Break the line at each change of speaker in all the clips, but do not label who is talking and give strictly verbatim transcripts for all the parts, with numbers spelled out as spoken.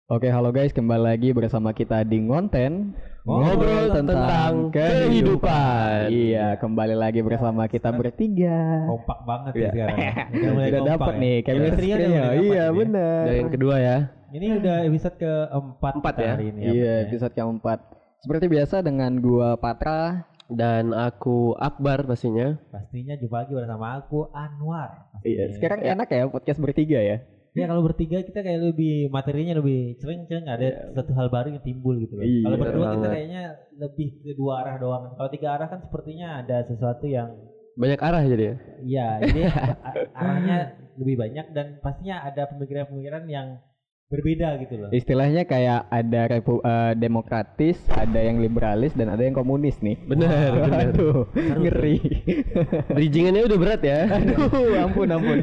Oke, halo guys, kembali lagi bersama kita di Ngonten
Ngobrol tentang kehidupan.
Iya, kembali lagi bersama kita bertiga.
Kompak banget
Iya.
ya sekarang. Udah mulai
Udah
kompak
dapat
ya.
nih chemistry-nya.
Chemistry-nya udah
Iya,
dapat ini.
benar.
Dan yang kedua ya.
Ini udah episode keempat
Empat
kita
ya?
hari ini.
Iya,
Pak, ya.
episode keempat. Seperti biasa dengan gua Patra.
Dan aku Akbar pastinya.
Pastinya jumpa lagi bersama aku Anwar.
Iya, sekarang enak ya podcast bertiga ya.
Ya kalau bertiga kita kayak lebih materinya lebih cereng-cereng, ada satu hal baru yang timbul gitu loh.
Iya,
Kalau berdua kita
banget.
kayaknya lebih ke dua arah doang. Kalau tiga arah kan sepertinya ada sesuatu yang
Banyak arah jadi ya.
iya, jadi a- arahnya lebih banyak dan pastinya ada pemikiran-pemikiran yang berbeda gitu loh.
Istilahnya kayak ada repu, eh, demokratis, ada yang liberalis dan ada yang komunis nih.
Bener, bener.
Aduh, ngeri.
Bridgingannya udah berat ya.
Aduh, ampun ampun.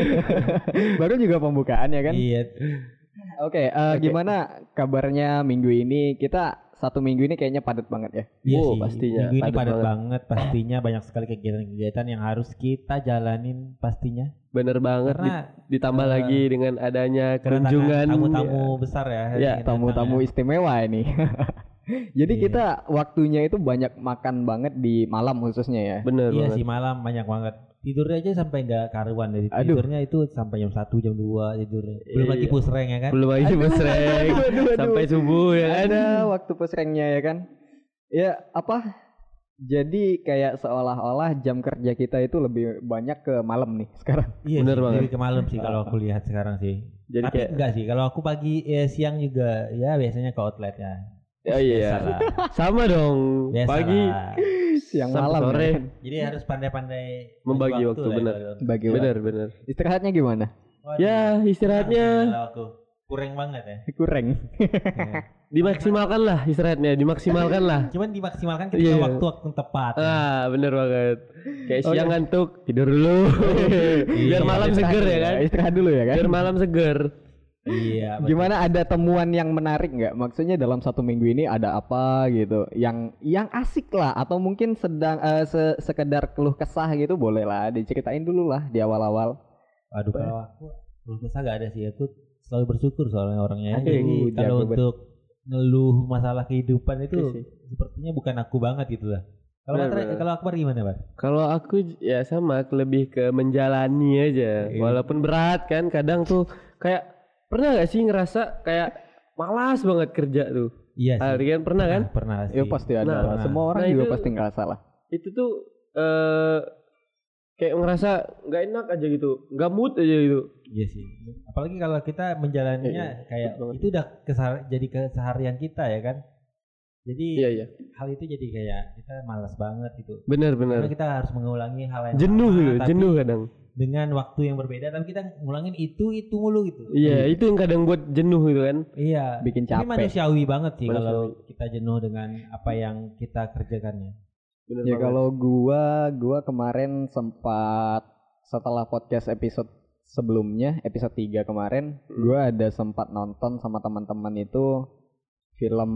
Baru juga pembukaan ya kan?
Iya.
Oke, eh, gimana kabarnya minggu ini? Kita satu minggu ini kayaknya padat banget ya.
Iya
Oh,
sih,
pastinya.
minggu ini
Padat
padat
banget.
banget. Pastinya banyak sekali kegiatan-kegiatan yang harus kita jalanin pastinya.
Bener banget.
Karena
Di- ditambah
eh,
lagi dengan adanya
kedatangan
kunjungan
tamu-tamu besar ya.
Ya,
yang kita
tamu-tamu
datang ya.
istimewa ini. Jadi
Iya.
kita waktunya itu banyak makan banget di malam khususnya ya.
Bener
Iya
banget.
sih, malam banyak banget. Tidurnya aja sampai nggak karuan dari
Aduh.
tidurnya itu sampai jam satu jam dua tidurnya. Belum
Iya.
lagi pusreng ya kan?
Belum lagi mesreng
Aduh, aduh, aduh.
sampai subuh ya kan.
Ada waktu pesrengnya ya kan. Ya apa? Jadi kayak seolah-olah jam kerja kita itu lebih banyak ke malam nih sekarang.
Iya,
Bener
sih,
banget.
lebih ke malam sih kalau aku lihat sekarang sih.
Jadi
Tapi
kayak
enggak sih, kalau aku pagi eh, siang juga ya biasanya ke outlet ya.
oh iya.
Biasalah.
Sama dong.
Biasalah.
Pagi
Siang
sampai
malam
sore.
ya kan?
Jadi harus pandai-pandai
Membagi waktu,
lah
bener.
kalau-
Bagi waktu.
bener bener.
Istirahatnya gimana?
Waduh.
Ya istirahatnya
Kalau aku kurang banget ya.
Kurang.
Ya.
dimaksimalkan lah istirahatnya, dimaksimalkan lah.
Cuman dimaksimalkan ketika
Iya.
waktu-waktu yang tepat. ya.
Ah, bener banget. Kayak
Oke.
siang ngantuk, tidur dulu. Biar
Iya,
malam
Istirahat
seger
dulu
ya kan.
Istirahat dulu ya kan.
Biar malam seger.
Iya. betul.
Gimana, ada temuan yang menarik nggak? Maksudnya dalam satu minggu ini ada apa gitu? Yang yang asik lah, atau mungkin sedang eh, se- sekedar keluh kesah gitu, boleh lah diceritain dulu lah di awal-awal.
Waduh, kalau aku belum kesah gak ada sih. Aku selalu bersyukur soalnya orangnya.
Aduh,
Jadi kalau
jago
untuk ngeluh masalah kehidupan itu
Iya sih.
sepertinya bukan aku banget gitu lah. Kalau
Benar,
Matra-
benar.
kalau Akbar gimana, Pak?
Kalau aku j- ya sama, lebih ke menjalani aja.
Iya.
Walaupun berat kan, kadang tuh kayak pernah gak sih ngerasa kayak malas banget kerja tuh.
Iya sih.
Harian pernah kan?
Pernah sih.
Ya pasti ada.
Nah,
lah. Semua orang
nah
juga
itu-
pasti ngerasa lah.
Itu tuh eh kayak ngerasa nggak enak aja gitu, nggak mood aja gitu.
Iya sih. Apalagi kalau kita menjalaninya
Iya,
kayak
betul banget.
itu udah kesehar- jadi keseharian kita ya kan. Jadi
Iya iya.
hal itu jadi kayak kita malas banget gitu.
Benar
Karena
benar.
kita harus mengulangi hal yang
Jenuh
sama,
gitu,
tapi
jenuh kadang.
dengan waktu yang berbeda tapi kita ngulangin itu itu mulu gitu.
Iya, itu yang kadang buat jenuh gitu kan.
Iya.
Bikin
Tapi
capek.
manusiawi banget sih
Manusiawi.
kalau kita jenuh dengan apa yang kita kerjakannya.
Bener
Ya
banget.
kalau gua gua kemarin sempat setelah podcast episode sebelumnya, episode tiga kemarin,
Hmm.
gua ada sempat nonton sama teman-teman itu film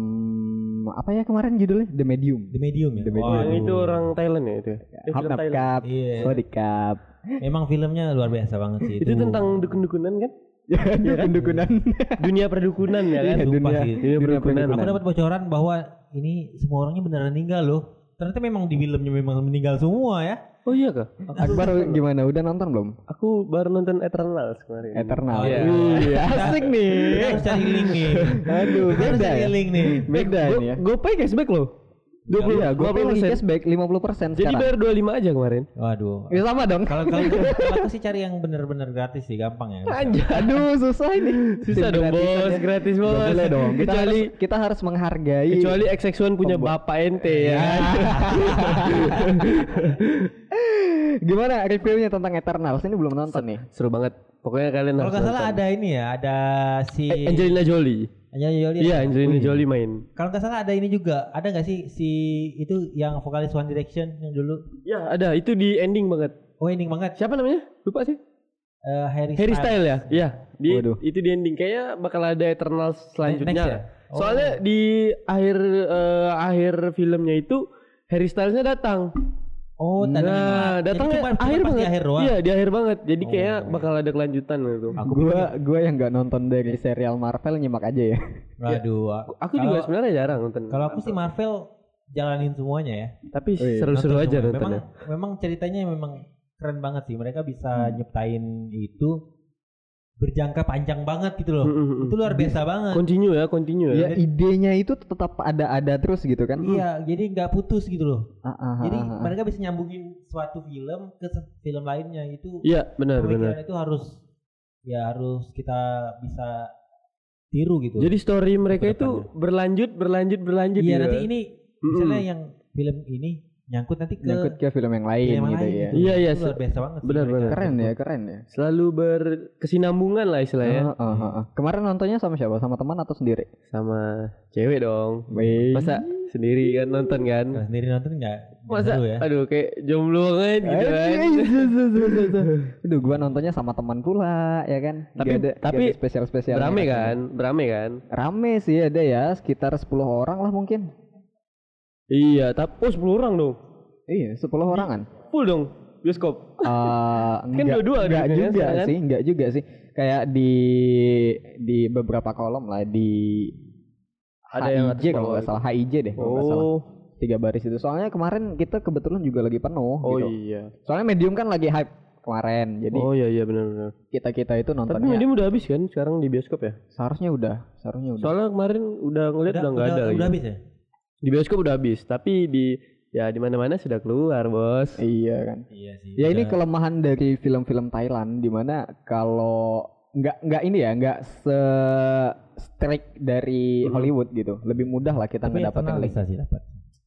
apa ya kemarin judulnya? The Medium.
The Medium ya.
The Medium.
Oh, yang
Waduh.
itu orang Thailand ya itu. Eh,
Hap
film
nap
Thailand.
kap,
Iya.
sorry kap.
Emang filmnya luar biasa banget sih
Itu tentang dukun-dukunan kan?
Dukun-dukunan.
Dunia perdukunan ya kan?
Iya,
Sumpah
dunia,
sih.
Dunia
dunia
perdukunan.
Aku dapat bocoran bahwa ini semua orangnya beneran meninggal loh. Ternyata memang di filmnya memang meninggal semua ya.
Oh iya kah?
Akbar gimana? Udah nonton belum?
Aku baru nonton Eternals kemarin.
Eternal.
Oh, iya.
Wih, asik nih.
Kita harus cari link nih.
Aduh,
Kita harus
beda
cari
ya.
link nih.
Beda
Go,
ini ya.
GoPay cashback loh. dua puluh,
Iya, gue
lima puluh
lagi
persen.
cashback lima puluh persen
Jadi
sekarang.
bayar dua puluh lima aja kemarin.
Waduh.
Ya sama dong.
Kalau kalau kalau aku sih cari yang bener-bener gratis sih, gampang ya. Bisa.
Aja.
Aduh, susah ini.
Susah dong bos, gratis bos.
Gak boleh dong. Kita
Kecuali
harus, kita harus menghargai.
kecuali X X one punya
Pembuat.
bapak ente ya.
Gimana reviewnya tentang Eternals? Ini belum nonton nih.
Seru banget. Pokoknya kalian
Kalau
harus
nggak salah
nonton.
ada ini ya, ada si
Eh, Angelina Jolie.
Angelina Jolie.
Iya,
ada.
Angelina
Wih.
Jolie main.
Kalau nggak salah ada ini juga, ada nggak sih si itu yang vokalis One Direction yang dulu?
Ya, ada. Itu di ending banget.
Oh ending banget.
Siapa namanya? Lupa sih.
Eh, Harry,
Harry
Styles.
Style ya? Iya, di
Waduh.
itu di ending kayaknya bakal ada Eternals selanjutnya.
Next ya?
lah.
Oh.
Soalnya di akhir eh, akhir filmnya itu Harry Styles-nya datang.
Oh, tandanya
Nah,
ngelak. Jadi
datangnya
cuma- cuma
akhir
pas di
banget.
akhir doang.
Iya, di akhir banget. Jadi kayak
Oh.
bakal ada kelanjutan gitu.
Aku
Gua gua yang nggak nonton dari serial Marvel nyimak aja ya.
Waduh.
Aku juga
Kalau-
sebenarnya jarang nonton.
Kalau aku sih Marvel jalanin semuanya ya.
Tapi
Oh iya.
seru-seru
Nonton
aja
semua.
nontonnya.
Memang memang ceritanya memang keren banget sih. Mereka bisa
Hmm.
nyiptain itu berjangka panjang banget gitu loh.
Mm, mm, mm.
Itu luar biasa banget.
Continue ya, continue ya.
Ya idenya itu tetap ada-ada terus gitu kan.
Iya, jadi nggak putus gitu loh.
Ah, ah,
Jadi
ah, ah.
mereka bisa nyambungin suatu film ke se- film lainnya itu.
Iya, benar benar.
Pemikiran itu harus ya harus kita bisa tiru gitu.
Jadi story mereka itu
Kedepannya.
berlanjut, berlanjut, berlanjut.
iya
gitu.
nanti ini misalnya yang film ini nyangkut nanti ke
Nyangkut ke film yang lain
film yang
gitu
lain
ya.
gitu.
Iya, iya,
Itu luar biasa banget sih
benar,
mereka.
benar.
Keren ya, keren ya.
Selalu berkesinambungan lah istilahnya.
Ah, ah, ah, ah. Kemarin nontonnya sama siapa? Sama teman atau sendiri?
Sama cewek dong.
Wih.
Masa sendiri kan nonton kan?
Kalau sendiri nonton nggak nggak
Masa
seru ya.
aduh kayak jomblo banget gitu kan.
Aduh, gua nontonnya sama teman pula, ya kan.
Tapi-
Nggak ada,
tapi
nggak ada spesial-spesial.
Berame kan? Berame kan?
Rame sih ada ya, sekitar sepuluh orang lah mungkin.
Iya, tapi oh sepuluh orang dong.
Iya, sepuluh orangan.
Full dong bioskop.
Eh,
Kan
enggak,
dua-dua
enggak
dong, ya,
juga
sekarang kan?
sih, enggak juga sih. Kayak di di beberapa kolom lah di
Ada yang
H I J
atas
kalau
bawah
nggak salah, H I J deh kalau nggak salah.
Oh,
Tiga baris itu. Soalnya kemarin kita kebetulan juga lagi penuh
oh
gitu.
iya.
Soalnya Medium kan lagi hype kemarin. Jadi
Oh iya iya benar-benar.
kita-kita itu
Tapi
nontonnya
Medium udah habis kan sekarang di bioskop ya?
seharusnya udah, seharusnya udah.
Soalnya kemarin udah ngeliat udah nggak ada lagi.
Udah habis ya?
Di bioskop udah habis, tapi di ya di mana-mana sudah keluar, Bos.
Iya kan.
Iya sih.
Ya ini
udah.
kelemahan dari film-film Thailand di mana kalau nggak nggak ini ya nggak se strict dari
Mhm.
Hollywood gitu, lebih mudah lah kita
Tapi
ngedapetin
Eternal
link.
bisa sih dapat.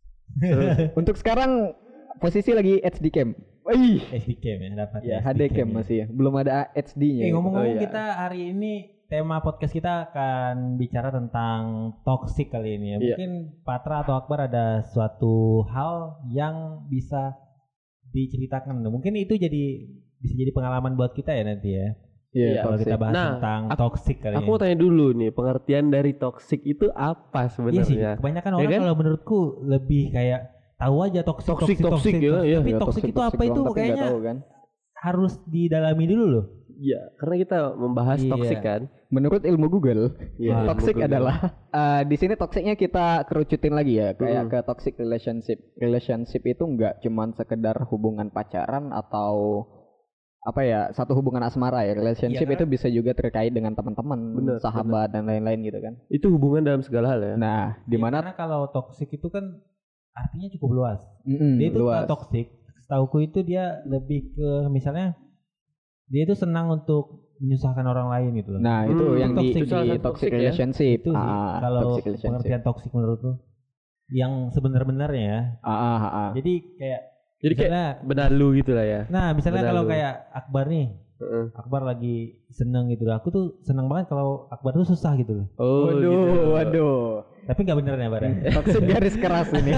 Untuk sekarang posisi lagi H D cam. Wih,
H D cam ya dapat.
ya
ya,
H D cam
ya.
masih ya, belum ada H D-nya.
Eh ngomong-ngomong
Oh, iya.
kita hari ini tema podcast kita akan bicara tentang toxic kali ini ya.
Iya.
Mungkin Patra atau Akbar ada suatu hal yang bisa diceritakan. Mungkin itu jadi bisa jadi pengalaman buat kita ya nanti ya.
Iya,
Kalau kita bahas
Nah,
tentang
aku-
toxic kali
Aku
ini.
mau tanya dulu nih, pengertian dari toxic itu apa
Iya sih,
sebenarnya?
kebanyakan
Ya
orang
kan?
kalau menurutku lebih kayak tahu aja toxic
Toxic,
toxic
toxic, ya, iya.
Tapi
Ya,
toxic itu apa
doang,
itu
tapi nggak
kayaknya
tahu kan.
harus didalami dulu loh.
Iya, karena kita membahas
Iya.
toxic kan.
Menurut ilmu Google,
Iya,
toxic
ilmu Google.
adalah eh, di sini toksiknya kita kerucutin lagi ya, kayak
Hmm.
ke toxic relationship. Relationship itu nggak cuman sekedar hubungan pacaran atau apa ya, satu hubungan asmara ya. Relationship
Iya,
itu bisa juga terkait dengan teman-teman,
Bener,
sahabat dan lain-lain gitu kan.
Itu hubungan dalam segala hal ya.
Nah, di
Iya,
mana
karena kalau toxic itu kan artinya cukup luas.
mm,
Dia itu
luas.
kalau toxic, setauku itu dia lebih ke misalnya dia itu senang untuk menyusahkan orang lain gitu loh.
Nah, itu
Hmm,
yang di,
toxic
di
salah satu
toxic
toxic ya.
relationship.
itu sih
Ah,
kalau
toxic relationship.
pengertian toxic menurutku yang sebenar-benarnya ya.
Ah, ah, ah, ah.
Jadi kayak
Jadi kayak
misalnya,
benalu gitu lah ya.
nah misalnya
benar
kalau
lu.
kayak Akbar nih,
Heeh.
Akbar lagi seneng gitu loh. Aku tuh seneng banget kalau Akbar tuh susah gitu loh.
Oh,
Waduh,
gitu.
waduh.
Tapi nggak bener ya Bar ya?
Toxic garis keras ini.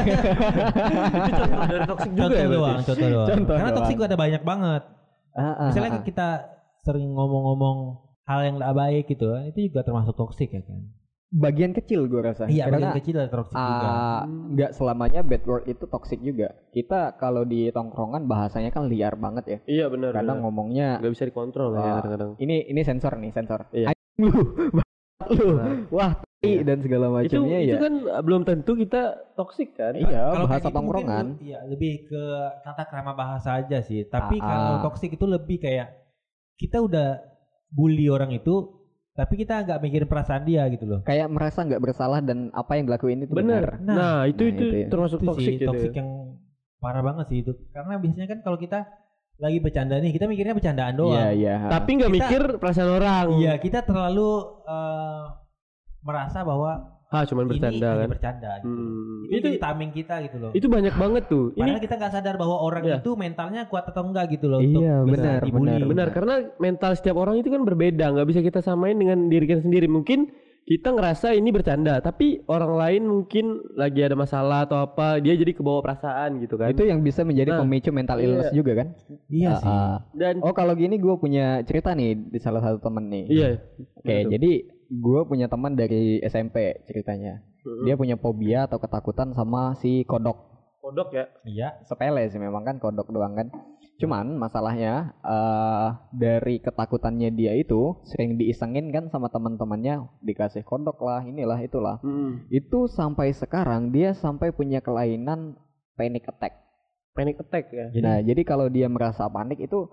Itu contoh dari toxic juga
Contoh
ya berarti?
doang, contoh doang.
Contoh
Karena
doang.
toxic ada banyak banget.
Ah, ah,
Misalnya
ah.
kita sering ngomong-ngomong hal yang tidak baik gitu kan, itu juga termasuk toxic ya kan.
bagian kecil gue rasa.
Iya,
Karena
bagian kecil ada toxic juga.
ah, nggak selamanya bad word itu toxic juga. Kita kalau di tongkrongan bahasanya kan liar banget ya.
Iya benar.
Kadang
benar.
ngomongnya
Nggak bisa dikontrol lah ya
ah,
kadang-kadang.
ini ini sensor nih, sensor.
Iya.
Anjing lu, bangsat lu,
Nah.
wah tai
Iya.
dan segala
Itu
macamnya
itu
ya.
kan belum tentu kita toxic kan?
Iya,
Kalau
bahasa
kayak gitu
tongkrongan.
mungkin, iya, lebih ke tata krama bahasa aja sih. Tapi
Ah,
kalau
ah.
toxic itu lebih kayak kita udah bully orang itu, tapi kita nggak mikirin perasaan dia gitu loh.
Kayak merasa nggak bersalah dan apa yang dilakuin itu
Bener.
benar.
Nah,
Nah, itu
nah,
itu,
itu ya.
termasuk
Itu
toxic
sih
gitu.
toxic
ya.
yang parah banget sih itu. Karena biasanya kan kalau kita lagi bercanda nih, kita mikirnya bercandaan doang.
Iya, iya.
Tapi nggak
Kita-
mikir perasaan orang.
Iya, kita terlalu eh, merasa bahwa
Ah, cuman
ini
bercanda
hanya
kan.
bercanda gitu.
Hmm.
Itu,
Itu
jadi tameng kita gitu loh.
itu banyak banget tuh. Ini
Padahal kita nggak sadar bahwa orang
Iya.
itu mentalnya kuat atau enggak gitu loh.
Iya,
untuk bisa
benar,
dibully.
benar,
benar karena mental setiap orang itu kan berbeda, nggak bisa kita samain dengan diri kita sendiri. Mungkin kita ngerasa ini bercanda, tapi orang lain mungkin lagi ada masalah atau apa, dia jadi kebawa perasaan gitu kan.
Itu yang bisa menjadi
Nah,
pemicu mental illness
iya.
juga kan?
Iya
Ah,
sih.
ah.
Dan
Oh, kalau gini gue punya cerita nih di salah satu temen nih.
iya.
Oke,
Betul.
jadi gue punya teman dari S M P ceritanya.
Mm-mm.
Dia punya fobia atau ketakutan sama si kodok.
Kodok ya.
Iya.
Sepele sih memang kan kodok doang kan. Cuman masalahnya eh dari ketakutannya dia itu sering diisengin kan sama teman-temannya, dikasih kodok lah, inilah itulah.
Hmm.
Itu sampai sekarang dia sampai punya kelainan panic attack.
Panic attack ya.
Jadi,
Nah, jadi kalau dia merasa panik itu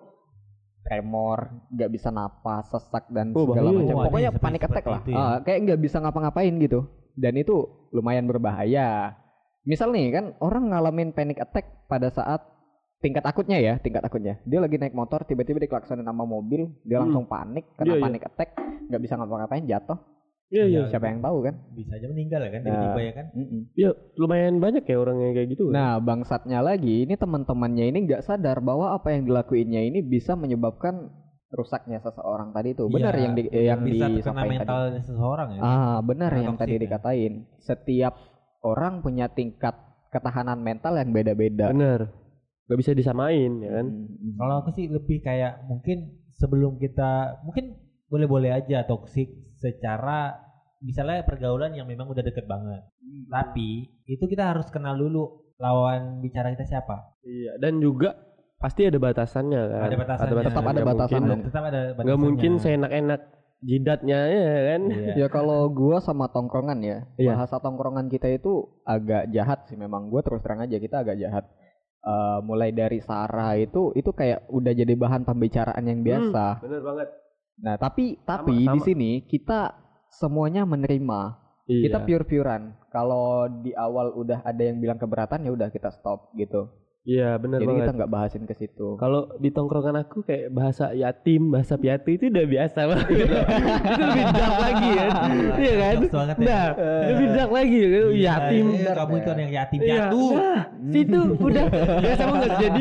tremor, nggak bisa napas, sesak dan
Oh,
segala
bahaya.
macam.
Oh, ada
Pokoknya
yang seperti-
panic attack
seperti
lah.
itu ya.
Ah, kayak nggak bisa ngapa-ngapain gitu. Dan itu lumayan berbahaya. Misal nih kan orang ngalamin panic attack pada saat tingkat akutnya ya, tingkat akutnya. Dia lagi naik motor, tiba-tiba diklaksonin sama mobil, dia
Hmm.
langsung panik, kena
Iya, iya.
panic attack, nggak bisa ngapa-ngapain, jatuh.
Iya iya.
Iya.
Siapa yang tahu kan?
bisa aja meninggal ya kan tiba-tiba ya kan.
Mm-mm.
Iya, lumayan banyak ya orang yang kayak gitu.
Nah, bangsatnya lagi, ini teman-temannya ini nggak sadar bahwa apa yang dilakuinnya ini bisa menyebabkan rusaknya seseorang tadi itu. Benar
Iya,
yang di, yang
bisa terkena
disampaikan tadi.
mental seseorang ya.
Ah, benar
Karena
yang tadi
toksik ya.
dikatain. Setiap orang punya tingkat ketahanan mental yang beda-beda.
bener. Gak bisa disamain ya kan.
Hmm.
Kalau aku sih lebih kayak mungkin sebelum kita mungkin boleh-boleh aja toksik secara misalnya pergaulan yang memang udah deket banget. Tapi itu kita harus kenal dulu lawan bicara kita siapa.
Iya, dan juga pasti ada batasannya kan.
Ada batasannya.
Tetap ada
Nggak
batasan
mungkin-
dong.
Tetap ada
Nggak
batasannya.
mungkin seenak-enak jidatnya ya kan.
Iya.
Ya kalau gua sama tongkrongan ya,
Iya.
bahasa tongkrongan kita itu agak jahat sih memang. Gua terus terang aja kita agak jahat. Eh, mulai dari Sarah itu itu kayak udah jadi bahan pembicaraan yang biasa.
Bener banget.
Nah, tapi tapi
sama.
di sini kita semuanya menerima.
Iya.
Kita pure-purean. Kalau di awal udah ada yang bilang keberatan ya udah kita stop gitu.
Iya, bener
Jadi
banget.
kita nggak bahasin ke situ.
Kalau di tongkrongan aku kayak bahasa yatim, bahasa piatu itu udah biasa banget. Itu lebih dark lagi kan. Iya kan?
Jokes banget ya.
Nah, lebih dark lagi kan. Yatim.
Eh, kamu itu yang yatim
Iya.
piatu.
Nah, situ udah biasa banget. Jadi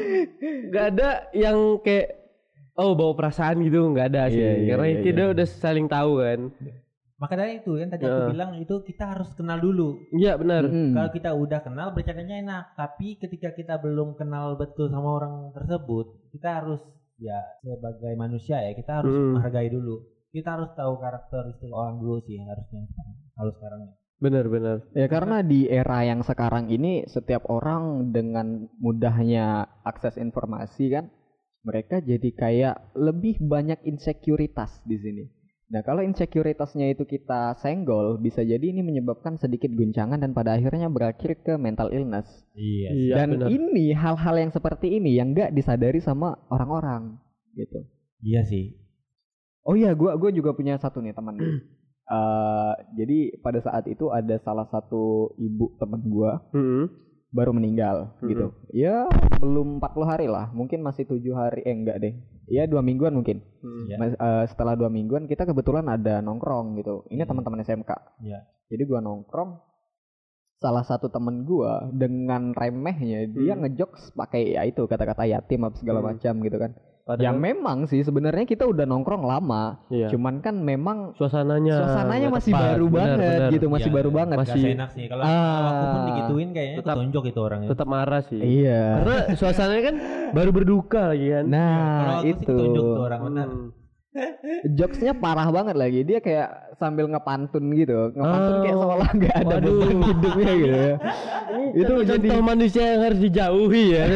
nggak ada yang kayak oh bawa perasaan gitu, nggak ada sih.
Iya, iya,
Karena
iya,
kita
iya.
udah saling tahu kan.
Maka dari itu kan tadi aku
Heeh.
bilang itu kita harus kenal dulu.
Iya benar.
Mm-mm.
Kalau kita udah kenal bercandanya enak, tapi ketika kita belum kenal betul sama orang tersebut, kita harus ya sebagai manusia ya kita harus
Hmm.
menghargai dulu. Kita harus tahu karakteristik orang dulu sih harusnya kalau sekarang.
Benar benar.
Ya karena di era yang sekarang ini setiap orang dengan mudahnya akses informasi kan, mereka jadi kayak lebih banyak insekuritas di sini. Nah kalau insekuritasnya itu kita senggol, bisa jadi ini menyebabkan sedikit guncangan dan pada akhirnya berakhir ke mental illness.
Iya.
Iya
Dan
benar.
ini hal-hal yang seperti ini yang nggak disadari sama orang-orang gitu.
Iya sih.
Oh iya, gua gua juga punya satu nih teman nih. Eh, jadi pada saat itu ada salah satu ibu teman gua
Mm-mm.
baru meninggal
Mm-mm.
gitu. Ya belum empat puluh hari lah, mungkin masih tujuh hari, eh enggak deh. Ya dua mingguan mungkin.
Mm.
Iya.
Mas- eh, setelah dua mingguan kita kebetulan ada nongkrong gitu. Ini
Hmm.
teman-teman S M K.
Iya.
Jadi gua nongkrong, salah satu temen gua dengan remehnya dia
Hmm.
ngejokes pakai ya itu kata-kata yatim apa segala
Hmm.
macam gitu kan.
Padahal
Yang memang sih sebenarnya kita udah nongkrong lama,
iya.
cuman kan memang
suasananya
suasananya
nggak
masih
tepat.
baru
Benar,
banget
benar.
gitu, masih
Iya,
baru banget.
Masih
Masih-
enak sih. Kalau
Ah.
kalau aku pun digituin kayaknya
Tetap-
aku tonjok itu orangnya.
Tetap marah sih.
Iya.
Karena suasananya kan baru berduka lagi kan.
Kalau
Nah,
aku sih
itu
tonjok tuh orang benar.
Hmm.
jokesnya parah banget lagi. Dia kayak sambil ngepantun gitu, ngepantun kayak
Oh.
seolah nggak ada
Waduh.
beban hidupnya gitu ya. Itu jadi
contoh manusia yang harus dijauhi ya.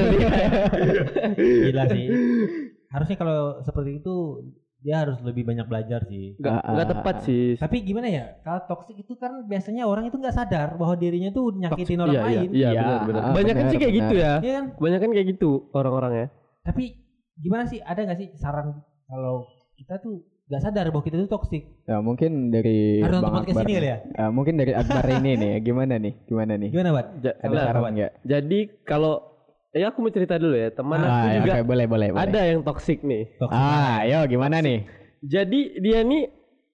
Gila sih. Harusnya kalau seperti itu dia harus lebih banyak belajar sih.
Gak,
Ah,
gak
ah,
tepat
ah.
sih.
Tapi gimana ya? Kalau toksik itu kan biasanya orang itu nggak sadar bahwa dirinya tuh nyakitin
Toxic-
orang
iya,
lain.
Iya,
Iya,
benar benar.
ah,
Kebanyakan
benar,
sih kayak
benar.
gitu ya.
Iya kan?
Kebanyakan kayak gitu orang-orang ya.
Tapi gimana sih? Ada nggak sih saran kalau kita tuh nggak sadar bahwa kita tuh toksik?
ya mungkin dari
Harus nonton
Bang
podcast
Akbar.
ini kali ya?
Eh, mungkin dari Akbar ini nih, gimana nih? Gimana nih?
Gimana, Bat?
Ja-
Ada
nah,
saran nggak?
Jadi kalau ya aku mau cerita dulu ya. Teman aku
Ah, ya,
juga
oke, boleh, boleh, boleh.
ada yang toksik nih.
Toksik.
Ah, yo gimana nih?
Jadi dia nih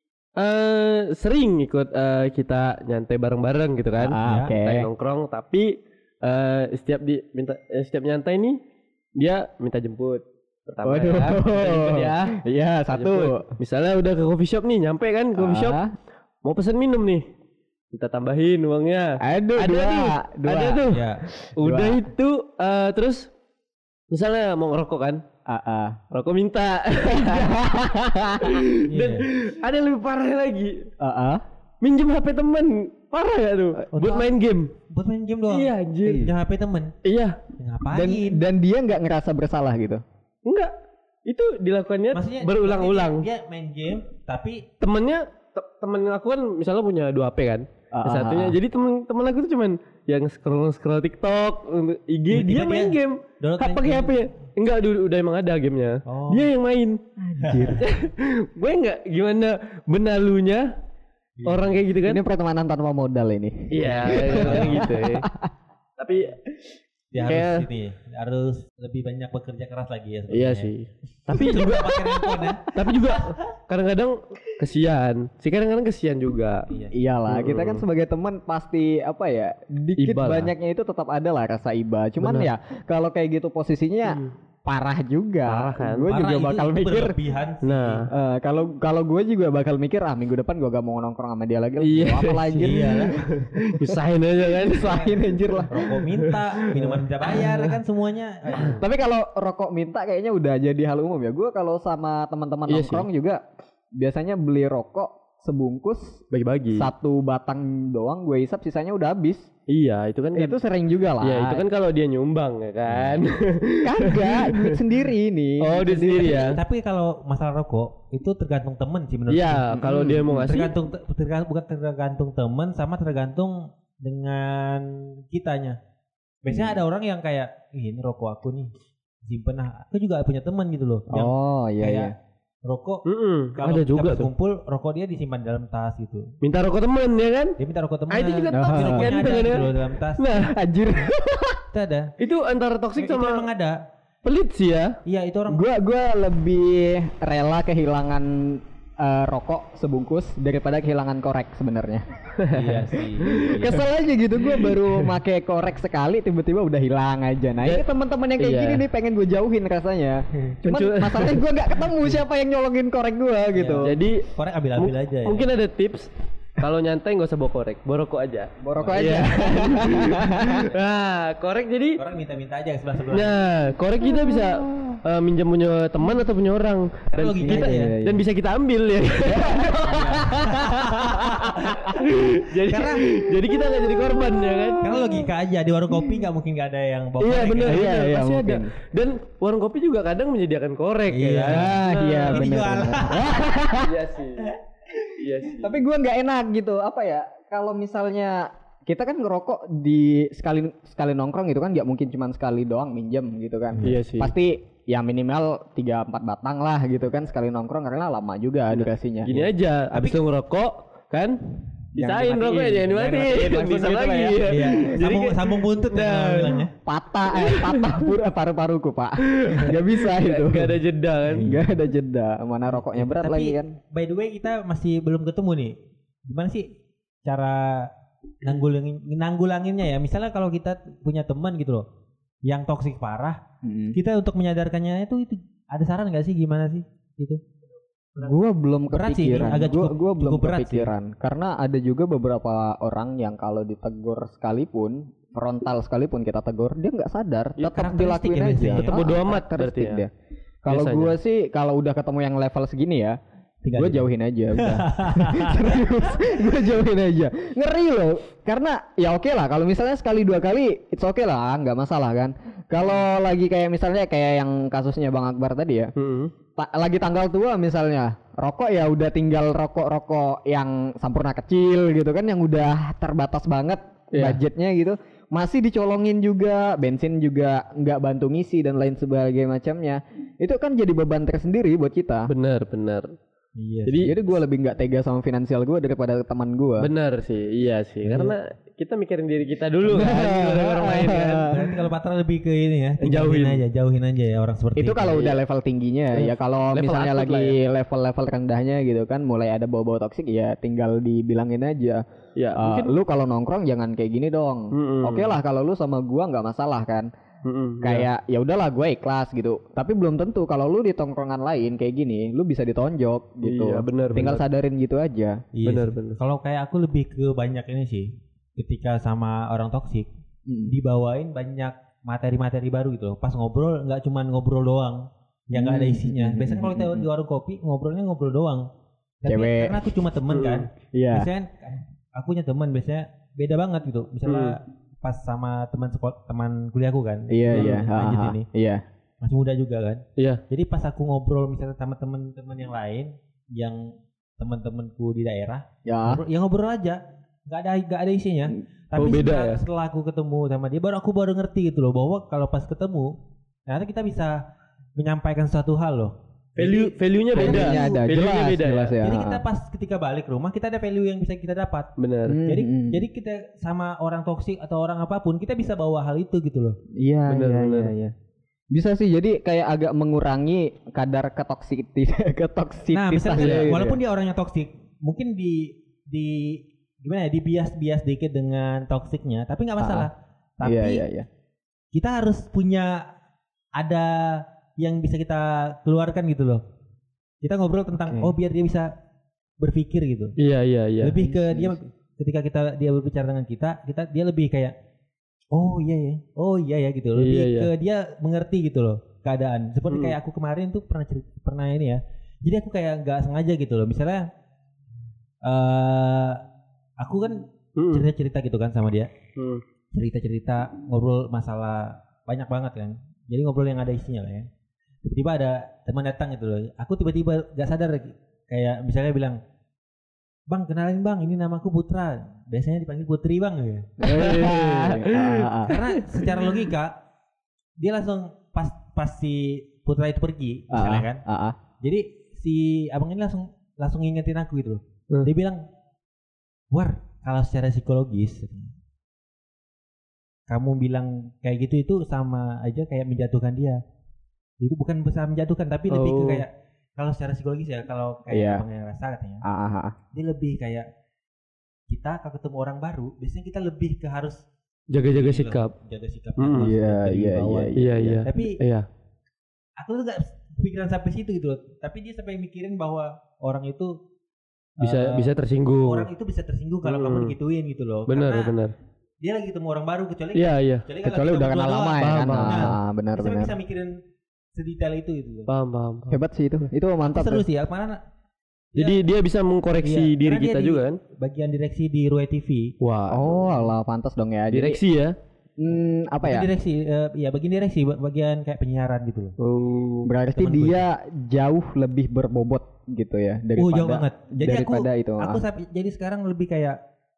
eh sering ikut eh, kita nyantai bareng-bareng gitu kan.
Ah,
Ya,
oke.
Nyantai nongkrong tapi eh, setiap di minta eh, setiap nyantai nih dia minta jemput. Pertama
Waduh.
ya, minta jemput ya.
Iya, satu.
Jemput. Misalnya udah ke coffee shop nih, nyampe kan ke coffee shop,
Ah,
mau pesen minum nih. Minta tambahin uangnya.
Aduh,
Ada
dua,
tuh,
dua.
ada tuh.
Ya.
Udah
Dua.
itu eh, terus misalnya mau ngerokok kan,
Ah, ah.
rokok minta. Dan
Iya.
ada yang lebih parah lagi.
Ah, ah.
minjem H P temen. Parah gak tuh?
Oh,
buat
tak.
main game.
Buat main game doang.
Iya anjir.
Yang H P temen.
Iya.
Ngapain?
Dan dan dia nggak ngerasa bersalah gitu.
Enggak. Itu dilakukannya
Maksudnya
berulang-ulang.
Dia main game tapi
Temennya te- temen aku kan misalnya punya dua H P kan.
Ah,
Satunya.
ah, ah.
Jadi temen temen aku tuh cuman yang scroll scroll TikTok, untuk I G,
Tiba-tiba
dia main
dia
game.
download
Ha-
main
pakai
game.
H P. Enggak, dulu udah emang ada gamenya.
Oh.
Dia yang main.
Anjir.
Gue enggak gimana benalunya orang kayak gitu kan?
Ini pertemanan tanpa modal ini.
Iya, kayak gitu. Ya. Tapi
dia
Kayak-
harus ini harus lebih banyak bekerja keras lagi ya sebenarnya.
iya sih. Tapi
Juga
juga
pakai handphone ya.
tapi juga kadang-kadang kesian. Sih kadang-kadang kesian juga.
Iya.
Iyalah, kita kan sebagai teman pasti apa ya, dikit
Iba lah.
banyaknya itu tetap ada lah rasa iba. Cuman
Benar.
ya kalau kayak gitu posisinya
Hmm.
parah juga.
Parah kan?
Gue
Parah,
juga
itu-
bakal
itu
mikir.
berlebihan sih.
Nah,
eh, kalau kalau gue juga bakal mikir ah minggu depan gue gak mau nongkrong sama dia lagi. lah.
Iya.
Mau apa lagi?
Iya lah.
usahain aja kan.
Selain anjir lah.
Rokok minta, minuman minta bayar kan semuanya. Aduh.
Tapi kalau rokok minta kayaknya udah jadi hal umum ya. Gue kalau sama teman-teman
Iya
nongkrong juga biasanya beli rokok sebungkus
Bagi-bagi.
satu batang doang gue hisap sisanya udah habis.
Iya, itu kan
Itu sering juga lah.
Iya, itu kan kalau dia nyumbang ya kan.
kagak duit sendiri nih.
Oh, dia sendiri ya.
Tapi kalau masalah rokok itu tergantung temen sih menurut
Iya, kalau dia mau ngasih
tergantung tergantung bukan tergantung temen sama tergantung dengan kitanya. Biasanya ada orang yang kayak Ih, ini rokok aku nih simpen ah. Aku juga punya teman gitu loh yang
Oh iya
kayak
iya.
rokok
Mm-mm,
kalau
ada
kita
juga
pas
tuh.
kumpul rokok dia disimpan dalam tas gitu.
Minta rokok temen ya kan?
Dia minta rokok teman.
Ah, itu juga
Nah.
toxic
rokoknya
kan
ada
dengan
gitu
ya.
loh dalam tas.
Nah,
Anjir.
Itu ada.
itu antara toksik
Itu
sama
emang ada.
pelit sih ya.
Iya itu orang.
Gua gua lebih rela kehilangan eh, rokok sebungkus daripada kehilangan korek sebenarnya.
Iya sih.
Kesel aja gitu gua baru make korek sekali tiba-tiba udah hilang aja. Nah, ini
Ya,
teman-teman yang kayak
iya.
gini nih pengen gue jauhin rasanya. Cuman
Mencu-
masalahnya gua nggak ketemu siapa yang nyolongin korek gua gitu.
Jadi
Korek ambil-ambil
mu-
aja ya.
mungkin ada tips kalau nyantai nggak usah bawa korek, bawa rokok aja.
Bawa rokok
Iya.
aja.
Nah, korek jadi
Orang minta-minta aja sebelah-sebelah.
nah, korek kita bisa eh, minjem punya teman atau punya orang dan
logikanya
kita
ya.
dan bisa kita ambil ya. jadi
Karena-
jadi kita nggak jadi korban ya kan?
Karena logika aja di warung kopi nggak mungkin nggak ada yang bawa
Iya
korek,
benar,
ya.
Iya,
benar,
iya,
pasti ada.
mungkin.
Dan warung kopi juga kadang menyediakan korek
Iya.
ya. kan?
Ah, iya
Ini
benar.
jualan.
Iya sih. Iya sih.
Tapi gua nggak enak gitu. Apa ya? Kalau misalnya kita kan ngerokok di sekali sekali nongkrong gitu kan nggak mungkin cuma sekali doang minjem gitu kan.
Iya sih.
Pasti ya minimal tiga empat batang lah gitu kan sekali nongkrong karena lama juga durasinya.
Gini aja, abis lu ngerokok kan, bisain
dimatiin.
rokoknya jangan
Jangan
dimatiin,
dimatiin,
langsung
gitu
lagi.
lah ya.
ya.
Iya.
Jadi
Sambung,
kayak-
sambung buntut ya
Nah.
kalau bilangnya.
Patah eh patah pur- paru-paruku pak. Gak bisa itu.
Gak ada jeda kan.
Gak ada jeda. Mana rokoknya berat
Tapi
lagi kan.
by the way kita masih belum ketemu nih. Gimana sih cara nanggulangin nanggulanginnya ya? Misalnya kalau kita punya teman gitu loh yang toksik parah, kita untuk menyadarkannya itu itu ada saran nggak sih gimana sih gitu?
Gua belum
Berat sih,
kepikiran.
agak
gua,
cukup-
gua belum
cukup berat sih.
kepikiran. Karena ada juga beberapa orang yang kalau ditegur sekalipun, frontal sekalipun kita tegur, dia nggak sadar,
Ya,
tetap
karakteristik
dilakuin
ya
aja.
biasanya.
Tetap bodo amat
karakteristik
berarti ya.
dia. Kalau
Biasanya.
gua sih kalau udah ketemu yang level segini ya,
Tinggal
gue
aja.
jauhin aja udah. Serius, gue jauhin aja. Ngeri loh, karena ya oke lah kalau misalnya sekali dua kali, it's oke lah, nggak masalah kan. Kalau lagi kayak misalnya kayak yang kasusnya Bang Akbar tadi ya,
Hmm.
ta- lagi tanggal tua misalnya, rokok ya udah tinggal rokok-rokok yang sampurna kecil gitu kan, yang udah terbatas banget
Iya.
budgetnya gitu, masih dicolongin juga, bensin juga nggak bantu ngisi dan lain sebagainya macamnya. Itu kan jadi beban tersendiri buat kita.
Benar, benar.
Iya.
Jadi
Jadi gue lebih nggak tega sama finansial gue daripada teman gue.
benar sih, iya sih. Karena kita mikirin diri kita dulu kan, bukan orang lain kan.
Berarti kalau Patra lebih ke ini ya,
Jauhin.
jauhin aja, jauhin aja ya orang seperti
Itu kalau udah level tingginya ya. Kalau
Level
misalnya
akut
lagi
lah
level-level rendahnya gitu kan, mulai ada bau-bau toksik ya tinggal dibilangin aja.
Ya,
Uh,
mungkin
lu kalau nongkrong jangan kayak gini dong.
Mm-mm.
Oke lah kalau lu sama gua nggak masalah kan.
Mm-mm, ya.
Kayak ya udahlah gue ikhlas gitu. Tapi belum tentu kalau lu di tongkrongan lain kayak gini, lu bisa ditonjok gitu.
Iya, benar,
Tinggal
benar.
sadarin gitu aja.
Iya
Benar,
sih.
benar.
Kalau kayak aku lebih ke banyak ini sih, ketika sama orang toksik dibawain banyak materi-materi baru gitu. Pas ngobrol nggak cuman ngobrol doang, yang nggak ada
Hmm.
isinya.
Hmm.
Biasanya kalau kita
Hmm.
di warung kopi ngobrolnya ngobrol doang, Tapi
cewek.
karena aku cuma temen kan.
Iya.
Biasanya aku punya teman biasanya beda banget gitu. Misalnya hmm. pas sama teman sekolah, teman kuliahku kan.
Iya iya.
Lanjut ini.
Iya.
Masih muda juga kan.
Iya.
Jadi pas aku ngobrol misalnya sama teman-teman yang lain, yang teman-temanku di daerah,
Ya.
ngobrol, ya ngobrol aja. Gak ada gak ada isinya. Tapi
Oh, beda
setelah,
ya?
setelah aku ketemu sama dia, baru aku baru ngerti gitu loh bahwa kalau pas ketemu, ternyata kita bisa menyampaikan suatu hal loh.
Value value-nya beda.
Value-nya ada.
Value-nya
Jelas,
beda
jelas
ya.
ya.
Jadi kita pas ketika balik rumah kita ada value yang bisa kita dapat.
Benar.
Hmm,
Jadi
hmm.
jadi kita sama orang toksik atau orang apapun kita bisa bawa hal itu gitu loh.
Iya
Bener,
iya
bener.
iya iya. Bisa sih, jadi kayak agak mengurangi kadar ketoksiti ketoksititas.
Nah, misalnya
ya, gitu
walaupun
ya.
dia orangnya toksik, mungkin di di gimana ya, dibias-bias dikit dengan toksiknya, tapi nggak masalah.
Ah,
Tapi
iya iya iya.
kita harus punya ada yang bisa kita keluarkan gitu loh. Kita ngobrol tentang
Oke.
oh biar dia bisa berpikir gitu.
Iya iya iya.
Lebih ke dia ketika kita dia berbicara dengan kita, kita dia lebih kayak oh iya ya, oh iya ya gitu. Lebih
Iya, iya.
ke dia mengerti gitu loh keadaan. Seperti
Hmm.
kayak aku kemarin tuh pernah cerita, pernah ini ya. Jadi aku kayak nggak sengaja gitu loh. Misalnya eh aku kan
Hmm.
cerita-cerita gitu kan sama dia.
Hmm.
Cerita-cerita ngobrol masalah banyak banget kan. Jadi ngobrol yang ada isinya lah ya. Tiba-tiba ada teman datang gitu loh. Aku tiba-tiba gak sadar kayak misalnya bilang, "Bang, kenalin Bang, ini namaku Putra. Biasanya dipanggil Putri Bang." Ya.
Ah, ah.
Karena secara logika dia langsung pas pas si Putra itu pergi, misalnya kan.
Ah, ah.
Jadi si abang ini langsung langsung ngingetin aku gitu loh.
Hmm.
Dia bilang, "War, kalau secara psikologis kamu bilang kayak gitu itu sama aja kayak menjatuhkan dia." Itu bukan besar menjatuhkan, tapi lebih ke
Oh.
kayak kalau secara psikologis ya, kalau kayak
Iya.
abang yang rasa katanya,
Ah, ah, ah.
dia lebih kayak kita kalau ketemu orang baru, biasanya kita lebih ke harus
Jaga-jaga
ini loh,
sikap.
jaga sikap.
Hmm.
harus
Iya,
berwibawa.
iya, iya,
Iya iya.
Tapi
Iya.
aku tuh gak pikiran sampai situ gitu loh. Tapi dia sampai mikirin bahwa orang itu
Bisa
eh,
bisa tersinggung.
orang itu bisa tersinggung kalau
Hmm.
kamu digituin gitu loh.
Benar
Karena
benar.
dia lagi ketemu orang baru kecuali
Iya iya.
kecuali,
Kecuali
kita
udah kenal
berdua
lama
doang.
ya
Paham,
kan.
paham.
Ah, benar
Dia sampai
benar.
bisa mikirin sedetail itu gitu loh.
Paham paham. paham.
Hebat sih itu. Itu mantap.
Seru
tuh.
sih ya, kemana
Jadi dia bisa mengkoreksi
Iya,
diri
karena dia
kita
di
juga kan?
bagian direksi di Ruai T V.
Wah.
Oh, alah pantas dong ya. Jadi,
Direksi ya.
hmm, apa ya?
Bagian direksi, eh, ya bagian direksi, ba- bagian kayak penyiaran gitu loh.
Oh.
Berarti
Temen gue.
dia jauh lebih berbobot gitu ya daripada
Oh jauh banget. Jadi aku,
daripada itu.
aku
ah.
sampai- jadi sekarang lebih kayak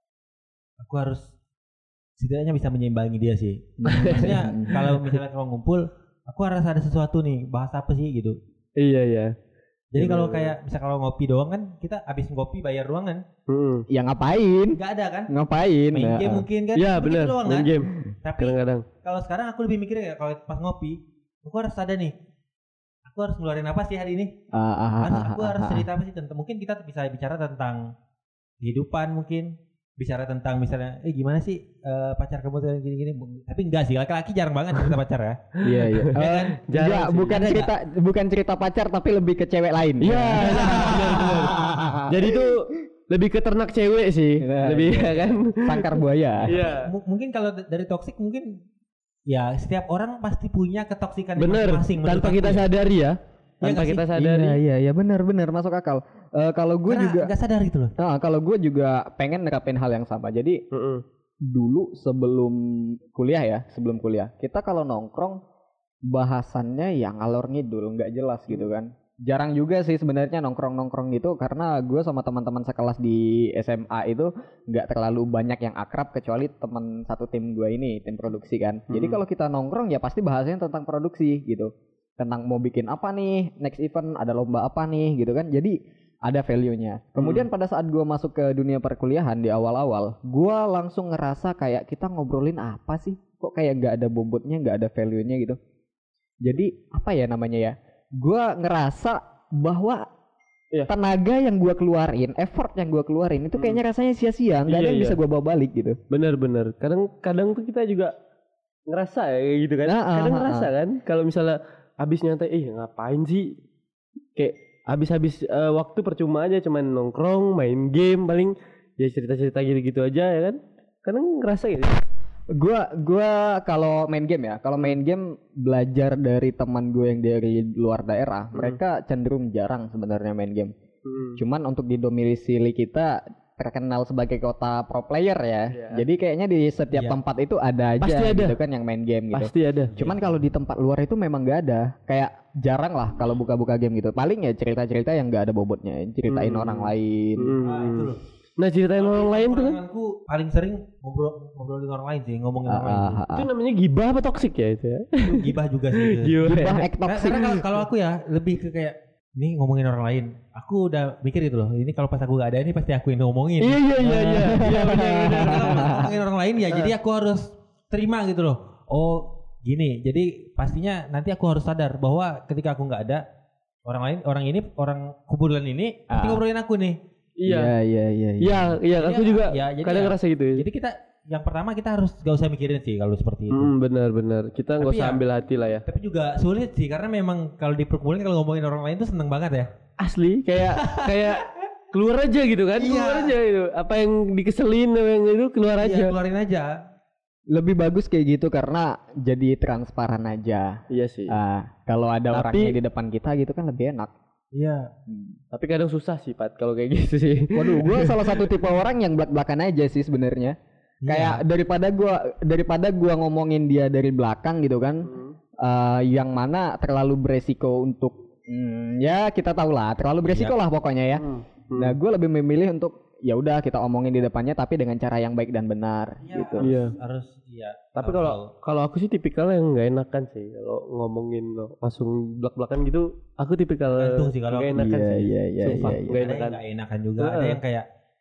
aku harus setidaknya bisa menyeimbangi dia sih. Maksudnya kalau misalnya kalau ngumpul, aku harus ada sesuatu nih, bahas apa sih gitu.
Iya iya.
Jadi
Iya,
kalau
bener,
kayak misal kalau ngopi doang kan kita habis ngopi bayar doang kan,
Hmm.
Ya ngapain?
nggak ada kan?
Ngapain?
Main
Ya,
game
ah.
mungkin kan?
Iya
Begitu
benar.
doang
Main
kan?
game.
Tapi
Kadang-kadang.
kalau sekarang aku lebih mikir ya kalau pas ngopi, aku harus ada nih. Aku harus ngeluarin apa sih hari ini?
Ah, ah, ah,
Harus,
ah,
aku
ah,
harus
ah.
cerita apa sih tentang, mungkin kita bisa bicara tentang kehidupan mungkin, bicara tentang misalnya eh gimana sih eh, pacar kamu tuh gini-gini, tapi enggak sih, laki-laki jarang banget cerita pacar ya.
Iya iya.
Ya
Eh,
kan?
Jarang
enggak,
sih.
bukan
Ada
cerita bukan cerita pacar tapi lebih ke cewek lain.
Iya. benar, benar. Jadi itu lebih ke ternak cewek sih.
Nah,
Lebih ya kan.
Sangkar buaya.
Iya.
M- mungkin kalau d- dari toksik mungkin ya setiap orang pasti punya ketoksikan
Bener.
masing-masing menurut
Tanpa
aku
kita
ya.
sadari ya.
Iya
Tanpa
nggak
kita
sih?
sadari.
Iya iya iya benar benar masuk akal. Eh, kalau gue
Karena
juga
nggak sadar gitu loh.
ah, kalau gue juga pengen nerapin hal yang sama. Jadi
Heeh.
dulu sebelum kuliah ya, sebelum kuliah, kita kalau nongkrong bahasannya yang ngalor ngidul, nggak jelas gitu kan. Jarang juga sih sebenarnya nongkrong-nongkrong gitu karena gue sama teman-teman sekelas di S M A itu nggak terlalu banyak yang akrab kecuali teman satu tim gue ini, tim produksi kan. Jadi
Hmm.
kalau kita nongkrong ya pasti bahasanya tentang produksi gitu. Tentang mau bikin apa nih, next event ada lomba apa nih gitu kan. Jadi ada value-nya. Kemudian pada saat gue masuk ke dunia perkuliahan di awal-awal, gue langsung ngerasa kayak kita ngobrolin apa sih? Kok kayak nggak ada bobotnya, nggak ada value-nya gitu. Jadi apa ya namanya ya? Gue ngerasa bahwa
Iya.
tenaga yang gue keluarin, effort yang gue keluarin itu kayaknya rasanya sia-sia, nggak ada
Iya,
yang
iya.
bisa gue bawa balik gitu.
Bener-bener. Kadang-kadang tuh kita juga ngerasa ya kayak gitu kan.
Ah, ah,
Kadang
ah,
ngerasa kan kalau misalnya habis nyantai, eh ngapain sih? Kayak habis-habis eh, waktu percuma aja cuman nongkrong, main game paling ya cerita-cerita gitu-gitu aja ya kan. Kadang ngerasa gitu.
Gua gua kalau main game ya, kalau main game belajar dari teman gue yang dari luar daerah, mereka cenderung jarang sebenarnya main game.
Hmm.
Cuman untuk di domisili kita terkenal sebagai kota pro player ya.
Iya.
Jadi kayaknya di setiap
Iya.
tempat itu ada aja
Pasti ada.
gitu kan yang main game gitu.
Pasti ada.
Cuman kalau di tempat luar itu memang nggak ada. Kayak jarang lah kalau buka-buka game gitu. Paling ya cerita-cerita yang nggak ada bobotnya, ceritain
Hmm.
orang lain.
Hmm.
Nah, itu loh.
Nah ceritain orang lain tuh kan.
Aku paling sering ngobrol ngobrolin orang lain sih, ngomongin orang lain.
Ah,
sih.
ah, ah.
Itu namanya gibah apa toksik ya itu ya?
Itu gibah juga sih. itu.
Gibah.
Gibah
ya?
ek
Karena,
toxic.
karena kalau, kalau aku ya lebih ke kayak ini ngomongin orang lain. Aku udah mikir gitu loh. Ini kalau pas aku gak ada ini pasti aku yang ngomongin.
Iya iya iya iya. Iya benar benar.
Kalau ngomongin orang lain ya, jadi aku harus terima gitu loh. Oh gini, jadi pastinya nanti aku harus sadar bahwa ketika aku nggak ada orang lain, orang ini, orang kumpulan ini pasti
Ah.
ngobrolin aku nih.
Iya.
Iya iya iya.
Iya iya
Jadi
aku
ya-
juga
ya, jadi
kadang
ya-
ngerasa gitu ya.
Jadi kita yang pertama kita harus gak usah mikirin sih kalau seperti itu.
Hmm, benar benar. Kita nggak
Tapi
usah
ya-
ambil hati lah ya.
Tapi juga sulit sih karena memang kalau di perkumpulan kalau ngomongin orang lain tuh seneng banget ya.
Asli kayak kayak keluar aja gitu kan.
Iya.
Keluar aja itu. Apa yang dikeselin apa yang itu keluar aja.
Iya, keluarin aja.
Lebih bagus kayak gitu karena jadi transparan aja.
Iya sih.
Ah, kalau ada
Tapi-
orangnya di depan kita gitu kan lebih enak.
Iya.
Tapi kadang susah sih Pat kalau kayak gitu sih.
Waduh, gue salah satu tipe orang yang belak-belakan aja sih sebenarnya. Kayak daripada gua daripada gua ngomongin dia dari belakang gitu kan,
Hmm.
eh, yang mana terlalu beresiko untuk, hmm, ya kita tahu lah, terlalu beresiko lah pokoknya ya.
Hmm.
Nah, gue lebih memilih untuk ya udah kita omongin di depannya tapi dengan cara yang baik dan benar
Iya,
gitu.
Iya.
Harus iya.
Tapi
harus
kalau
tahu.
kalau aku sih tipikal yang nggak enakan sih kalau ngomongin langsung belak-belakan gitu. Aku tipikal
Tergantung sih kalau
nggak
aku.
enakan
Iya,
sih.
iya, iya,
Sumpah,
iya, iya.
nggak
ada yang
enakan.
nggak enakan juga,
Heeh.
ada yang kayak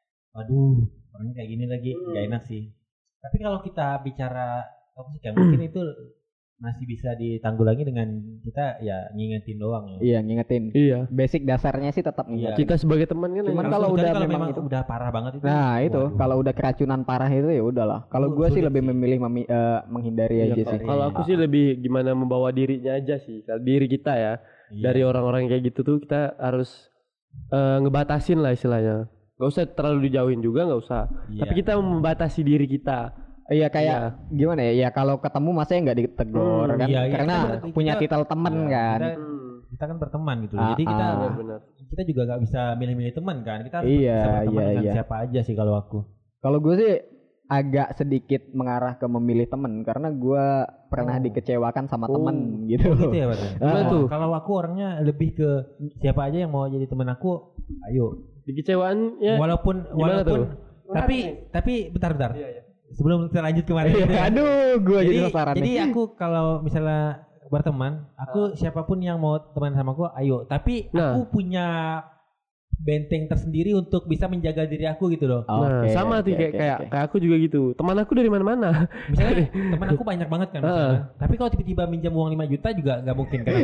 waduh orangnya kayak gini lagi nggak enak sih. Tapi kalau kita bicara toxic ya mungkin itu masih bisa ditanggulangi dengan kita ya ngingetin doang ya.
Iya, ngingetin.
Iya.
Basic dasarnya sih tetap ngingetin.
Kita sebagai teman kan.
Cuman
yang-
kalau
kecuali
udah
kalau
memang
memang
itu-
udah parah banget itu.
Nah, itu
waduh.
kalau udah keracunan parah itu ya udahlah. Kalau
Itu
gue sih
sulit
lebih
sih.
memilih memi- eh, menghindari
Iya,
aja
kalau-
sih.
Kalau aku sih lebih gimana membawa dirinya aja sih. Kalau diri kita ya.
Iya.
Dari orang-orang kayak gitu tuh kita harus eh, ngebatasin lah istilahnya. Gak usah terlalu dijauhin juga nggak usah.
Iya.
Tapi kita membatasi diri kita.
Iya kayak gimana ya? Ya kalau ketemu masa nggak ditegur
Hmm,
kan?
iya, iya.
Karena
Kita-
punya
kita-
titel temen
Iya,
kan.
Kita, kita kan berteman gitu. loh. Jadi
Ah,
kita
ah.
Benar-benar.
kita juga nggak bisa milih-milih teman kan. Kita harus
Iya,
bisa berteman
iya,
dengan
iya.
siapa aja sih kalau aku.
Kalau gue sih agak sedikit mengarah ke memilih temen karena gue pernah
Oh.
dikecewakan sama
Oh.
temen gitu.
Oh, gitu ya Pak.
Gimana
Oh,
tuh?
Kalau aku orangnya lebih ke siapa aja yang mau jadi teman aku, ayo.
Dikecewaan ya.
Walaupun
gimana
walaupun
tuh?
tapi tapi bentar bentar.
Iya, iya.
Sebelum kita lanjut kemarin
Iya,
itu ya.
aduh, gue jadi
jadi
penasaran
jadi
nih.
aku kalau misalnya berteman, aku siapapun yang mau teman sama aku, ayo. Tapi
Nah.
aku punya benteng tersendiri untuk bisa menjaga diri aku gitu loh.
Nah,
Oke,
sama
oke,
sih kayak
oke,
kayak
oke.
kayak aku juga gitu. Teman aku dari mana-mana.
Misalnya teman aku banyak banget kan misalnya. Tapi kalau tiba-tiba minjam uang lima juta juga nggak mungkin kan.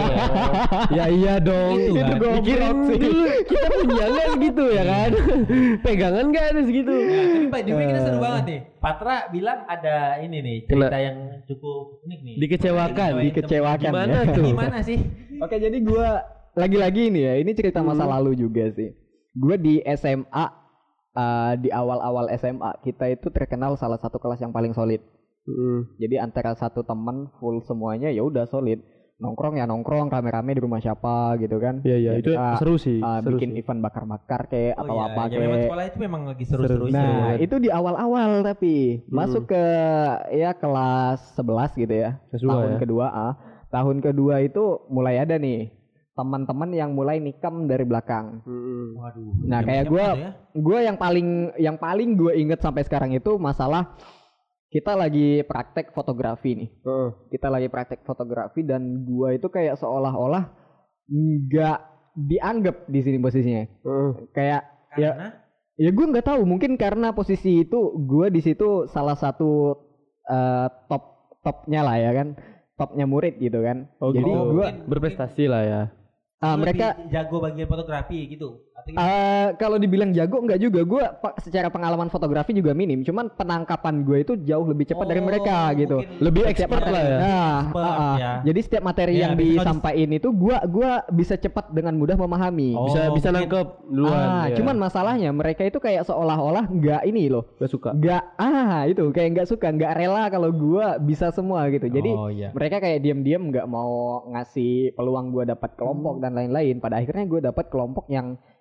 Ya iya dong.
Itu
Itu
kan.
gue pikirin dulu kita punya nggak segitu ya kan? Pegangan nggak ada segitu.
Nah, tapi by the way kita seru banget nih. Patra bilang ada ini nih cerita
Kena-
yang cukup unik nih.
Dikecewakan,
Dikecewain
dikecewakan.
temen.
Gimana tuh?
Gimana sih?
Oke, jadi gue lagi-lagi ini ya, ini cerita masa
Hmm.
lalu juga sih. Gue di S M A, uh, di awal-awal S M A kita itu terkenal salah satu kelas yang paling solid.
Hmm.
Jadi antara satu temen full semuanya ya udah solid. Nongkrong ya nongkrong, rame-rame di rumah siapa gitu kan.
Iya iya
Ya
itu
kita,
seru sih.
uh,
seru
bikin
sih.
event bakar-bakar kayak
Oh
atau
iya,
apa
ya memang
kayak.
sekolah itu memang lagi seru-seru
Nah,
sih.
itu di awal-awal tapi
Hmm.
masuk ke ya kelas sebelas gitu ya.
Kelas dua
tahun
ya?
kedua ah. Tahun kedua itu mulai ada nih teman-teman yang mulai nikam dari belakang.
Hmm.
Waduh.
Nah,
jam-
kayak
jam
gua-
apa ya?
Gue yang paling yang paling gue inget sampai sekarang itu masalah kita lagi praktek fotografi nih.
Heeh.
Kita lagi praktek fotografi dan gue itu kayak seolah-olah nggak dianggap di sini posisinya.
Heeh.
Kayak ya
Karena
ya gue nggak tahu mungkin karena posisi itu gue di situ salah satu eh, top topnya lah ya kan, topnya murid gitu kan.
Oh,
Jadi
gitu.
gue
mungkin-
berprestasi lah ya.
ah,
lu
mereka
lebih jago bagian fotografi gitu. Atau gimana?
Eh, kalau dibilang jago enggak juga, gue secara pengalaman fotografi juga minim, cuman penangkapan gue itu jauh lebih cepat dari
Oh,
mereka gitu.
mungkin
Lebih
Setiap
expert
materi-
lah ya.
Nah,
Expert,
ah, ah.
ya.
Jadi setiap materi
Iya,
yang
bisa kalau dis-
disampaikan itu gua gua bisa cepat dengan mudah memahami.
Oh,
bisa bisa
mungkin-
nangkep duluan.
ah,
ya.
cuman masalahnya mereka itu kayak seolah-olah nggak ini loh,
gak suka.
nggak ah itu kayak nggak suka, nggak rela kalau gua bisa semua gitu. Jadi
oh, iya.
mereka kayak diam-diam nggak mau ngasih peluang gua dapat kelompok dan lain-lain. Pada akhirnya gue dapat kelompok yang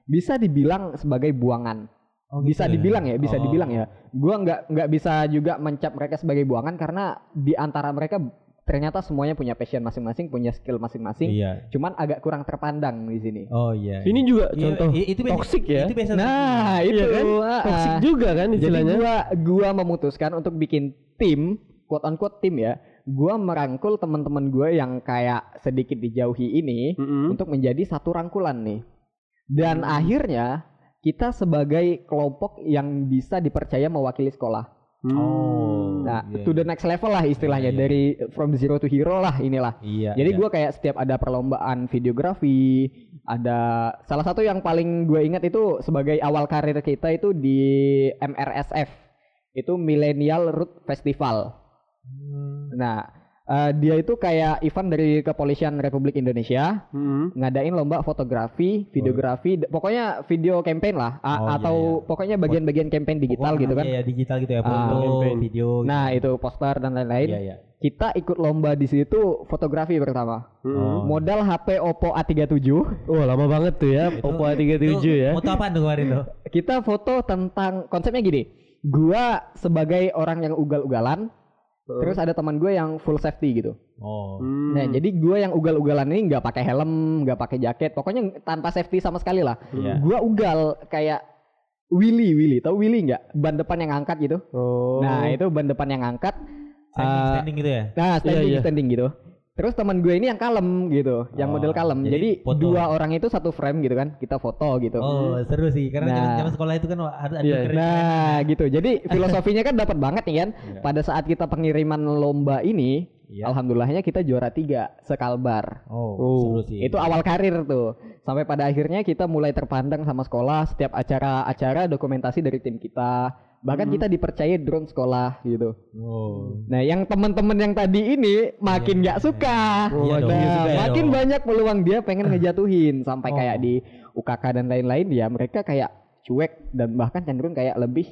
bisa dibilang sebagai buangan.
Oh,
Bisa
gitu ya?
dibilang ya, bisa
Oh.
dibilang ya. Gua nggak nggak bisa juga mencap mereka sebagai buangan karena di antara mereka ternyata semuanya punya passion masing-masing, punya skill masing-masing.
Iya.
Cuman agak kurang terpandang di sini.
Oh iya.
Ini juga
Iya,
contoh
i- itu biasa-
toxic ya.
Itu biasa
Nah,
Iya
itu
kan?
ah,
Toxic
ah.
juga kan
Jadi
istilahnya.
gua gua memutuskan untuk bikin tim, quote unquote tim ya. Gua merangkul teman-teman gua yang kayak sedikit dijauhi ini
Mm-mm.
untuk menjadi satu rangkulan nih. Dan
Hmm.
akhirnya kita sebagai kelompok yang bisa dipercaya mewakili sekolah.
Oh.
Nah,
iya,
to the
iya.
next level lah istilahnya,
Iya, iya.
dari from zero to hero lah inilah.
Iya.
Jadi
iya.
gue kayak setiap ada perlombaan videografi, ada salah satu yang paling gue ingat itu sebagai awal karir kita itu di M R S F, itu Millennial Root Festival.
Hmm.
Nah, eh, dia itu kayak event dari Kepolisian Republik Indonesia
Mm-mm.
ngadain lomba fotografi, videografi, d- pokoknya video campaign lah, a-
Oh, iya,
atau
iya.
pokoknya bagian-bagian campaign digital
Pokoknya
gitu kan.
Iya, digital gitu ya,
Ah,
foto,
campaign.
video. gitu.
Nah, itu poster dan lain-lain.
Iya, iya.
Kita ikut lomba di situ fotografi pertama.
Mm-mm.
Oh.
Modal H P Oppo A tiga tujuh.
Wah, lama banget tuh ya.
Itu-
Oppo A tiga tujuh
itu
ya.
Foto apaan tuh kemarin tuh?
Kita foto tentang konsepnya gini. Gua sebagai orang yang ugal-ugalan, terus ada teman gue yang full safety gitu.
Oh.
Hmm.
Nah, jadi gue yang ugal-ugalan ini nggak pakai helm, nggak pakai jaket, pokoknya tanpa safety sama sekali lah.
Iya.
Gua ugal kayak Willy, Willy, tau Willy nggak? Ban depan yang angkat gitu.
Oh.
Nah, itu ban depan yang angkat.
Standing,
Eh,
standing gitu ya?
Nah, standing,
Iya, iya.
standing gitu. Terus teman gue ini yang kalem gitu, yang
Oh,
model kalem.
jadi
Jadi,
foto.
dua orang itu satu frame gitu kan, kita foto gitu.
Oh, seru sih. Karena
Nah.
zaman, zaman sekolah itu kan ada ada
Iya.
keren-keren.
Nah, gitu. Jadi filosofinya kan dapat banget nih kan.
Iya.
Pada saat kita pengiriman lomba ini,
Iya.
alhamdulillahnya kita juara tiga sekalbar.
Oh,
Oh,
seru sih.
Itu awal karir tuh. Sampai pada akhirnya kita mulai terpandang sama sekolah, setiap acara-acara dokumentasi dari tim kita. Bahkan
Hmm.
kita dipercaya drone sekolah gitu.
Oh.
Nah, yang teman-teman yang tadi ini makin nggak suka.
Oh,
Iya
makin
dong.
nggak
Nah,
suka ya
makin
dong.
banyak peluang dia pengen ngejatuhin sampai
Oh.
kayak di U K K dan lain-lain ya mereka kayak cuek dan bahkan cenderung kayak lebih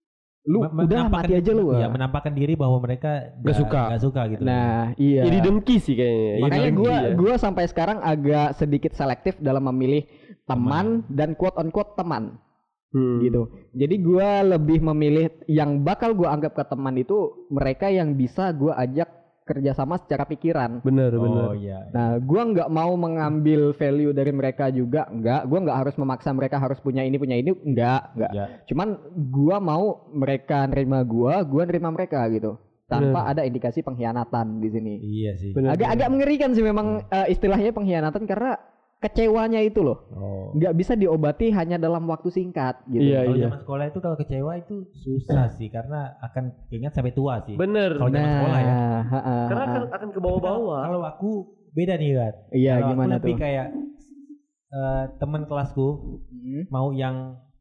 lu
Me-
udah
menampakkan-
mati aja lu.
Iya,
ah.
menampakkan diri bahwa mereka
Nggak suka.
Gak suka gitu.
Nah, iya.
Jadi dengki sih kayaknya. Jadi
Makanya
dengki
gua
ya.
gua sampai sekarang agak sedikit selektif dalam memilih teman dan quote on quote teman
Hmm.
gitu. Jadi gua lebih memilih yang bakal gua anggap ke teman itu mereka yang bisa gua ajak kerjasama secara pikiran.
Bener,
Oh
bener.
iya.
Nah, gua nggak mau mengambil value dari mereka juga, enggak. Gua nggak harus memaksa mereka harus punya ini punya ini, enggak, enggak.
Ya.
Cuman gua mau mereka nerima gua, gua nerima mereka gitu, tanpa ada indikasi pengkhianatan di sini.
Iya sih.
Bener.
Agak-agak mengerikan sih memang eh, istilahnya pengkhianatan karena kecewanya itu loh,
Oh.
nggak bisa diobati hanya dalam waktu singkat gitu.
Iya,
Kalau
iya.
zaman sekolah itu kalau kecewa itu susah sih karena akan ingat sampai tua sih.
Bener.
Kalau zaman sekolah ya.
ha-ha,
Karena
ha-ha.
akan, akan ke
Tapi kalau-
bawah-bawah.
Kalau aku beda nih kan.
Iya,
Kalau
gimana
aku lebih
tuh?
kayak eh, teman kelasku
Hmm.
mau yang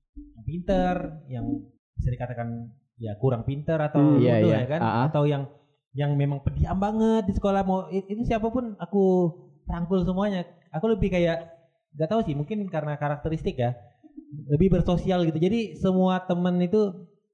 pinter, yang bisa dikatakan ya kurang pinter atau
Hmm, iya,
bodoh
iya.
ya kan,
Ah, ah.
atau yang yang memang pendiam banget di sekolah mau i- itu siapapun aku rangkul semuanya. Aku lebih kayak nggak tahu sih, mungkin karena karakteristik ya, lebih bersosial gitu. Jadi semua temen itu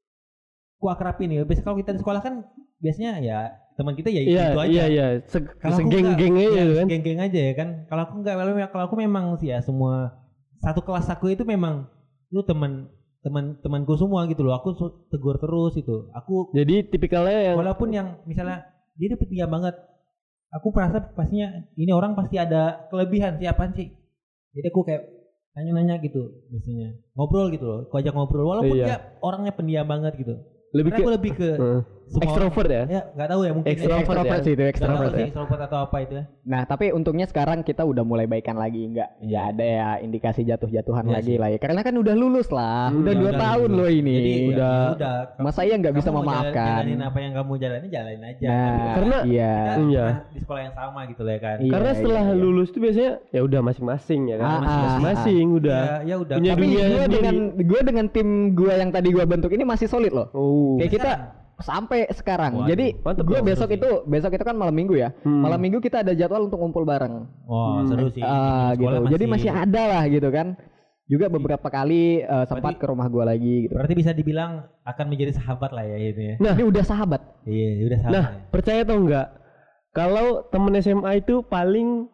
ku akrabin ya. Biasanya kalau kita di sekolah kan biasanya ya teman kita ya
Iya,
itu aja.
iya, iya. Se-
Kalau aku
Segeng-geng
enggak,
aja
ya,
kan.
geng-geng aja ya kan. Kalau aku enggak, kalau, kalau aku memang sih ya semua satu kelas aku itu memang lu teman teman temanku semua gitu loh. Aku su- tegur terus itu. Aku
Jadi tipikalnya yang
walaupun yang misalnya dia itu pendiam banget, aku merasa pastinya ini orang pasti ada kelebihan siapaan sih. Jadi aku kayak nanya-nanya gitu biasanya. Ngobrol gitu loh. Aku ajak ngobrol walaupun
Iya.
dia orangnya pendiam banget gitu.
lebih
Karena
ke
aku lebih ke
eh,
semua
extrovert ya.
orang- Ya, enggak tahu ya mungkin.
Extrovert
Extrovert
ya.
sih itu,
Nggak tahu
extrovert
sih
ya.
extrovert atau apa itu ya.
Nah, tapi untungnya sekarang kita udah mulai baikan lagi, nggak nggak
Iya.
ada ya indikasi jatuh-jatuhan
Iya
lagi
sih.
lah ya. Karena kan udah lulus lah,
Hmm,
udah
Ya
dua
udah
tahun
dulu.
loh ini.
Jadi ya,
udah.
ya udah.
Masa iya nggak bisa
Kamu mau jalan-
memaafkan?
Jalanin apa yang kamu jalani, jalanin aja.
Nah,
Tapi kan
Karena-
iya.
kita
Iya.
pernah di sekolah yang sama gitu lah ya kan.
Iya,
Karena setelah
iya, iya.
lulus tuh biasanya ya udah masing-masing ya kan.
Ah, ah,
Masing-masing udah.
Ya, ya udah.
Punya
Tapi
dunia
gue
sendiri.
dengan gue dengan tim gue yang tadi gue bentuk ini masih solid loh.
Oh.
Kayak kita sampai sekarang.
Waduh,
Jadi
mantep
gue
dong,
besok
seru sih.
itu besok itu kan malam minggu ya.
Hmm.
Malam minggu kita ada jadwal untuk ngumpul bareng.
Oh, seru sih.
Ah,
Di
gitu.
sekolah
Jadi masih ada lah gitu kan. Juga beberapa kali eh, sempat
Berarti-
ke rumah gue lagi gitu.
Berarti bisa dibilang akan menjadi sahabat lah ya ini ya.
Nah,
Ini udah sahabat.
Iya, udah sahabat.
nah
ya.
percaya atau enggak? Kalau temen S M A itu paling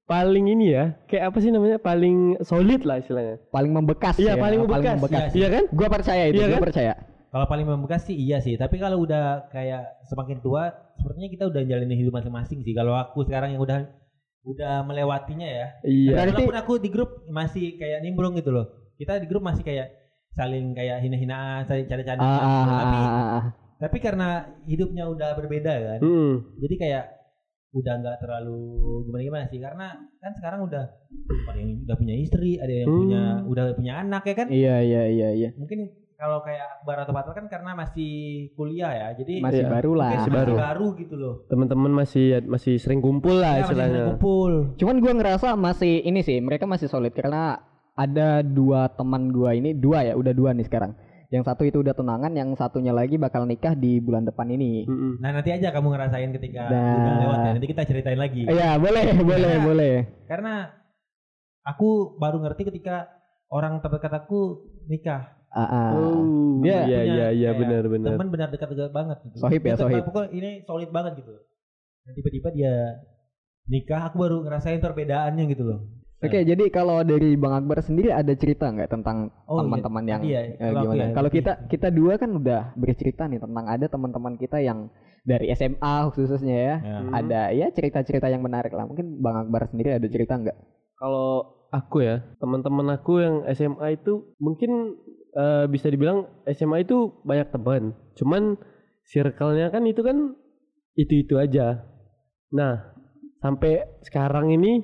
paling ini ya, kayak apa sih namanya? Paling solid lah istilahnya.
Paling membekas
Iya,
ya.
paling membekas.
Iya
Iya kan?
Gua percaya itu,
Iya
gua
kan?
percaya.
Kalau paling membekas sih iya sih, tapi kalau udah kayak semakin tua, sepertinya kita udah jalanin hidup masing-masing sih. Kalau aku sekarang yang udah udah melewatinya ya.
Iya.
Berarti-
Walaupun aku di grup masih kayak nimbrung gitu loh. Kita di grup masih kayak saling kayak hina-hinaan, saling canda-canda.
Ah, ah, ah,
tapi
ah, ah.
tapi karena hidupnya udah berbeda kan.
Hmm.
Jadi kayak udah nggak terlalu gimana-gimana sih, karena kan sekarang udah ada yang udah punya istri, ada yang
Hmm.
punya udah punya anak ya kan.
Iya, iya, iya, iya.
Mungkin kalau kayak Akbar atau Fatal kan karena masih kuliah ya, jadi
Masih
Iya.
baru lah.
mungkin
Masih
masih
baru.
baru gitu loh.
Teman-teman masih masih sering kumpul lah
Ya, masih sering
istilahnya.
kumpul.
Cuman gua ngerasa masih ini sih, mereka masih solid karena ada dua teman gua ini, dua ya, udah dua nih sekarang. Yang satu itu udah tunangan, yang satunya lagi bakal nikah di bulan depan ini.
Mm-mm.
Nah nanti aja kamu ngerasain ketika
Nah.
udah lewat ya, nanti kita ceritain lagi.
Iya, boleh, boleh,
Karena-
boleh.
Karena aku baru ngerti ketika orang terdekat aku nikah.
Ah, ah.
Oh,
Dia
iya
punya
iya iya
kayak
benar-benar.
Temen benar dekat-dekat banget gitu.
Sohib ya,
Dekat
sohib.
banget, pokoknya ini solid banget gitu. Dan tiba-tiba dia nikah, aku baru ngerasain perbedaannya gitu loh.
Oke, jadi kalau dari Bang Akbar sendiri ada cerita nggak tentang
Oh,
teman-teman
iya.
yang
Tadi ya,
eh,
kalau aku
gimana?
ya,
Kalau
lebih-
kita kita dua kan udah bercerita nih tentang ada teman-teman kita yang dari S M A khususnya ya.
Ya.
Hmm.
Ada ya cerita-cerita yang menarik lah. Mungkin Bang Akbar sendiri ada cerita nggak?
Kalau aku ya, teman-teman aku yang S M A itu mungkin eh, bisa dibilang S M A itu banyak teman. Cuman circle-nya kan itu kan itu-itu aja. Nah, sampai sekarang ini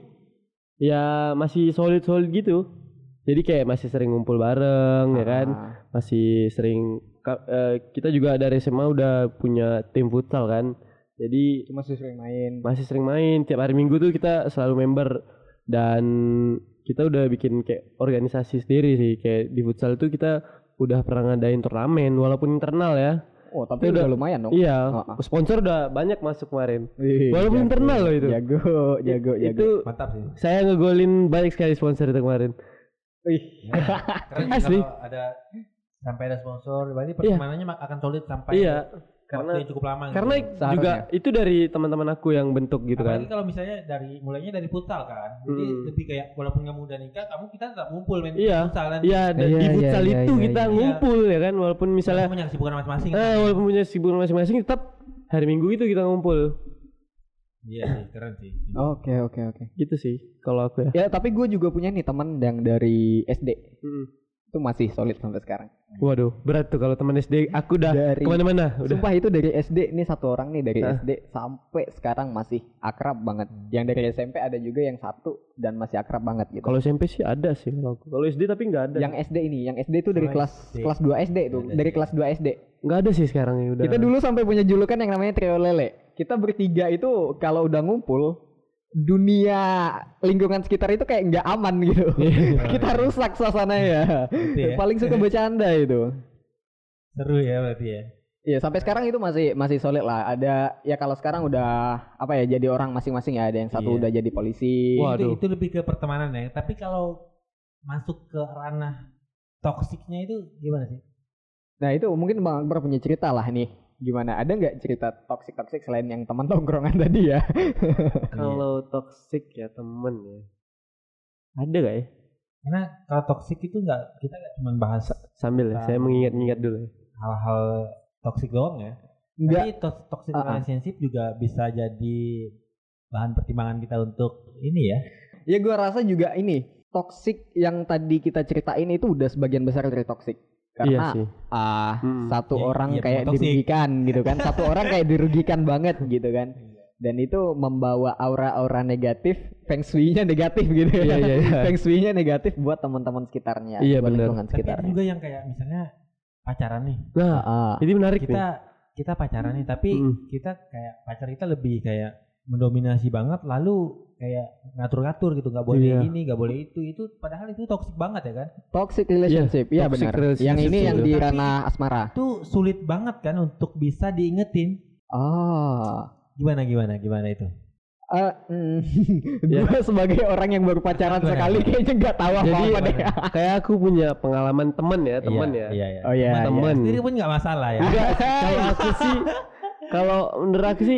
ya masih solid-solid gitu. Jadi kayak masih sering ngumpul bareng ya kan.
Ah,
Masih sering ka- eh, kita juga dari S M A udah punya tim futsal kan. Jadi
cuma sih sering main.
masih sering main tiap hari Minggu tuh kita selalu member, dan kita udah bikin kayak organisasi sendiri sih. Kayak di futsal itu kita udah pernah ngadain turnamen walaupun internal ya.
Oh, tapi
Itu
udah,
udah-
lumayan dong.
Iya,
Oh, oh.
sponsor udah banyak masuk kemarin.
Wih,
Walaupun
jago,
internal loh itu.
Jago, jago, jago.
Itu
Mantap sih.
saya ngegolin banyak sekali sponsor itu kemarin.
Wih.
Keren sih
Asli.
kalau ada sampai ada sponsor, berarti pertemanannya mak- akan solid sampai
Iya,
waktu
karena
yang cukup lama.
karena
gitu.
Seharusnya.
juga itu dari teman-teman aku yang bentuk gitu
Apalagi
kan.
kalau misalnya dari mulainya dari futsal kan, jadi
Hmm.
lebih kayak walaupun kamu udah nikah, kamu kita tetap ngumpul main
Iya.
futsal dan
Iya, da-
Iya,
di
iya,
futsal
iya,
itu
iya,
kita
iya.
ngumpul ya kan, walaupun misalnya
punya kesibukan masing-masing.
eh, walaupun punya kesibukan masing-masing tetap hari Minggu itu kita ngumpul.
Iya sih, keren sih.
Oke, oke, oke.
Gitu sih kalau aku ya.
Ya, tapi gue juga punya nih teman yang dari S D.
Mm.
Itu masih solid sampai sekarang.
Waduh, berat tuh kalau teman S D. Aku udah
Dari-
kemana-mana. Udah.
Sumpah itu dari S D, ini satu orang nih dari
Hah?
S D sampai sekarang masih akrab banget. Yang dari S M P ada juga yang satu dan masih akrab banget gitu.
Kalau S M P sih ada sih kalau aku. Kalau S D tapi nggak ada.
Yang S D ini, yang S D itu dari
Oh,
kelas
S D.
kelas dua S D itu,
Ada
dari
sih.
kelas dua S D.
nggak ada sih sekarang ya udah.
Kita dulu sampai punya julukan yang namanya trio lele. Kita bertiga itu kalau udah ngumpul, dunia lingkungan sekitar itu kayak nggak aman gitu. Kita rusak suasananya.
Gitu ya.
Paling suka bercanda itu.
Seru ya berarti ya.
Iya, sampai sekarang itu masih masih solid lah. Ada ya kalau sekarang udah apa ya, jadi orang masing-masing ya. Ada yang satu
Iya.
udah jadi polisi.
Wah.
Itu,
Waduh.
itu lebih ke pertemanan ya. Tapi kalau masuk ke ranah toksiknya itu gimana sih?
Nah itu mungkin Bang Akbar punya cerita lah nih. Gimana? Ada nggak cerita toksik-toksik selain yang teman tongkrongan tadi ya?
Kalau toxic ya temen ya. Ada gak ya?
Karena kalau toksik itu nggak, kita nggak cuma bahas
Sambil ya, saya
Tahu.
mengingat-ingat dulu ya.
hal-hal toksik doang ya.
Enggak.
Tapi to- toxic
Ah, ah.
relationship juga bisa jadi bahan pertimbangan kita untuk ini ya.
Ya gue rasa juga ini toksik yang tadi kita ceritain itu udah sebagian besar dari toksik.
Iya
Karena
sih.
ah
Hmm.
satu
Iya,
orang
iya,
kayak
memang toksik.
dirugikan gitu kan. Satu orang kayak dirugikan banget gitu kan. Dan itu membawa aura-aura negatif, feng shui-nya negatif gitu ya.
Iya, iya, iya.
Feng shui-nya negatif buat teman-teman sekitarnya,
Iya,
buat
bener.
lingkungan
Tapi ada
sekitarnya.
juga yang kayak misalnya pacaran nih.
Nah,
Ah,
ini menarik
Kita
nih.
kita pacaran nih, tapi
Mm.
kita kayak pacar kita lebih kayak mendominasi banget, lalu kayak ngatur-ngatur gitu, nggak boleh
Iya.
ini, nggak boleh itu, itu padahal itu toksik banget ya kan?
toxic relationship, iya
toxic
benar.
relationship
Yang ini yang
itu.
di
Tapi-
ranah asmara.
Itu sulit banget kan untuk bisa diingetin.
Oh.
Gimana gimana gimana itu?
Eh, mm,
Ya.
gue sebagai orang yang baru pacaran
Gimana?
sekali kayaknya nggak tahu
Jadi
apa-apa deh.
kayak aku punya pengalaman temen ya, temen
Iya,
ya.
Iya, iya.
Oh iya.
Temen.
Sendiri pun nggak masalah ya.
Enggak, kalau aku sih kalau menurut aku sih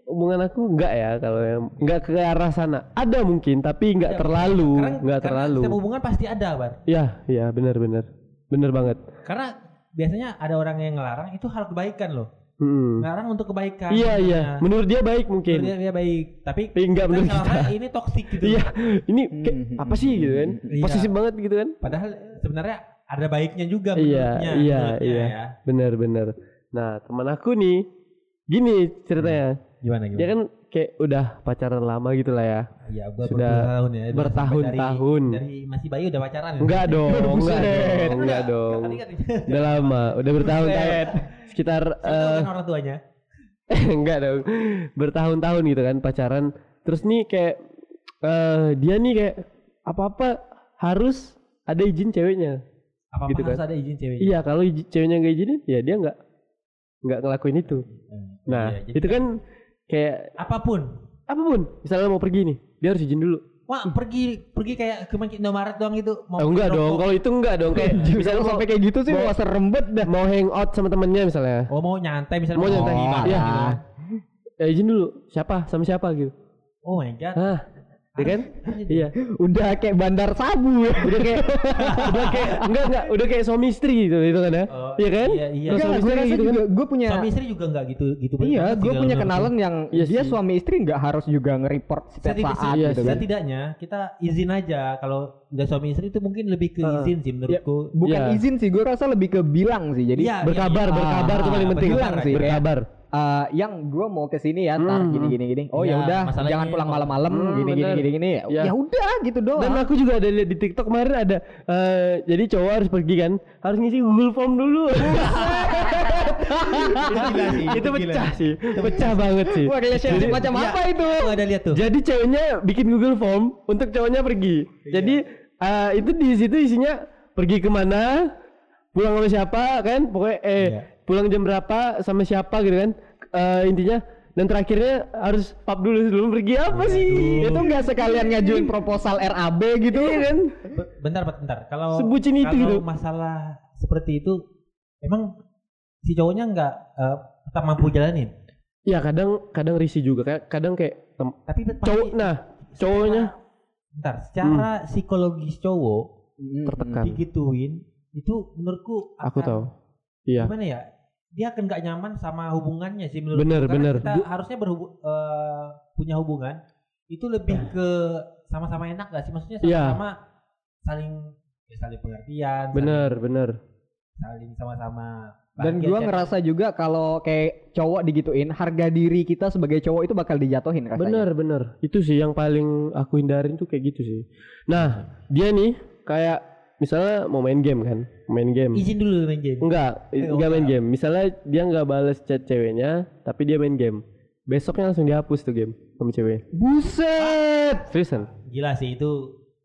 hubungan aku enggak ya kalau yang enggak ke arah sana. Ada mungkin tapi enggak
Ada,
terlalu,
karena,
enggak
karena
terlalu.
setiap hubungan pasti ada, Bar.
Iya, iya benar-benar. Benar banget.
Karena biasanya ada orang yang ngelarang itu hal kebaikan loh.
Hmm.
Ngelarang untuk kebaikan.
Iya, iya.
sebenarnya.
Menurut dia baik mungkin.
Menurut dia, dia baik, tapi
Tapi enggak
kita
menurut kita.
ngelarang ini toksik gitu.
Iya, ini kayak
Hmm.
apa sih gitu kan?
Iya.
Posesif banget gitu kan?
Padahal sebenarnya ada baiknya juga
Iya,
menurutnya.
iya,
menurutnya
iya.
Ya.
Benar-benar. Nah, teman aku nih gini ceritanya.
Gimana gimana?
Dia kan kayak udah pacaran lama gitu lah ya.
Iya, gua
Sudah
bertahun ya.
bertahun-tahun.
Dari, dari masih bayi udah pacaran. ya?
Enggak dong, enggak
Buset.
dong, enggak
Kan
dong.
tadi kan
Udah lama, udah bertahun-tahun. Sekitar
Siapa tahu
eh,
kan orang tuanya.
enggak dong. Bertahun-tahun gitu kan pacaran. Terus nih kayak eh dia nih kayak apa-apa harus ada izin ceweknya.
Apa
gitu
harus
kan.
ada izin ceweknya?
Iya, kalau izin, ceweknya enggak izinin, ya dia enggak enggak ngelakuin itu.
Hmm,
Nah,
iya, jadi
itu kan kayak
apapun.
apapun, misalnya mau pergi nih, dia harus izin dulu.
Wah, pergi pergi kayak ke Indomaret doang itu mau
Oh, enggak
beli
dong,
rokok.
kalau itu enggak dong. Kayak misalnya mau
sampai kayak gitu sih
mau-
mau serem banget dah.
mau hangout sama temennya misalnya.
Oh, mau nyantai misalnya
Mau nyantai,
pergi makan
iya.
gitu.
Ya izin dulu, siapa sama siapa gitu.
Oh my god.
Hah, ya kan? Iya.
Udah kayak bandar sabu ya.
Udah kayak udah kayak enggak enggak, udah kayak suami istri gitu itu kan ya.
Oh,
Iya kan?
iya, iya.
Kalau
Enggak,
suami
gue
istri
rasa
gitu kan.
juga gue punya
Suami istri juga enggak gitu gitu
Iya,
banget sih
gue
kalau
punya
menurutku.
kenalan yang
Iya
dia
sih.
suami istri nggak harus juga nge-report setiap
Setidak-
saat
iya
gitu
sih.
kan.
Setidaknya kita izin aja kalau udah suami istri itu mungkin lebih ke
Heeh.
izin sih menurutku.
Bukan
Iya.
izin sih, gue rasa lebih ke bilang sih. Jadi
Iya,
Berkabar,
iya, iya.
berkabar tuh paling
Ah,
penting.
berkabar
sih, kayak-
Berkabar.
eh, yang gue mau kesini ya, ntar
Hmm,
gini gini gini. Oh
Iya,
ya udah,
masalahnya
jangan pulang
mau-
malam-malam,
Hmm,
gini gini
bener.
gini gini.
Iya.
Ya udah gitu doang.
Dan aku juga ada lihat di TikTok kemarin ada eh, jadi cowok harus pergi kan, harus ngisi Google Form dulu.
gila sih,
itu
itu gila.
pecah sih, pecah banget sih.
Wah, relationship
Jadi-
macam
Iya,
apa itu?
Aku ada lihat tuh.
Jadi ceweknya bikin Google Form untuk cowoknya pergi. Jadi eh, itu di situ isinya pergi kemana, pulang sama siapa kan, pokoknya eh
Iya.
pulang jam berapa sama siapa gitu kan. Eh, intinya dan terakhirnya harus pap dulu sebelum pergi apa sih?
Itu nggak sekalian ngajuin proposal R A B gitu
Iya kan?
Be- Bentar, bentar. Kalau
Sebucin itu
kalau
gitu.
masalah seperti itu emang si cowoknya nggak eh, tetap mampu jalanin.
Iya kadang kadang risih juga kayak kadang kayak tem-
Tapi pasti-
cowok nah cowoknya
bentar, secara psikologis cowok
tertekan.
digituin itu menurutku
Aku
akan-
tahu. Iya.
Gimana ya? Dia akan nggak nyaman sama hubungannya sih menurutku.
Bener,
Karena
bener.
Kita
Bu-
harusnya berhubu- eh, punya hubungan itu lebih ke sama-sama enak gak sih? Maksudnya
Iya.
sama-sama saling ya, saling pengertian,
Bener bener.
saling, saling sama-sama.
Dan
bahagia
gua
aja.
ngerasa juga kalau kayak cowok digituin, harga diri kita sebagai cowok itu bakal dijatuhin rasanya.
Bener bener. Itu sih yang paling aku hindarin tuh kayak gitu sih. Nah dia nih kayak misalnya mau main game kan, main game.
izin dulu main game.
Enggak,
Eh,
enggak
oh,
main
enggak.
game. Misalnya dia nggak bales chat ceweknya, tapi dia main game. Besoknya langsung dihapus tuh game sama cewek.
Buset.
Seriusan?
Gila sih itu.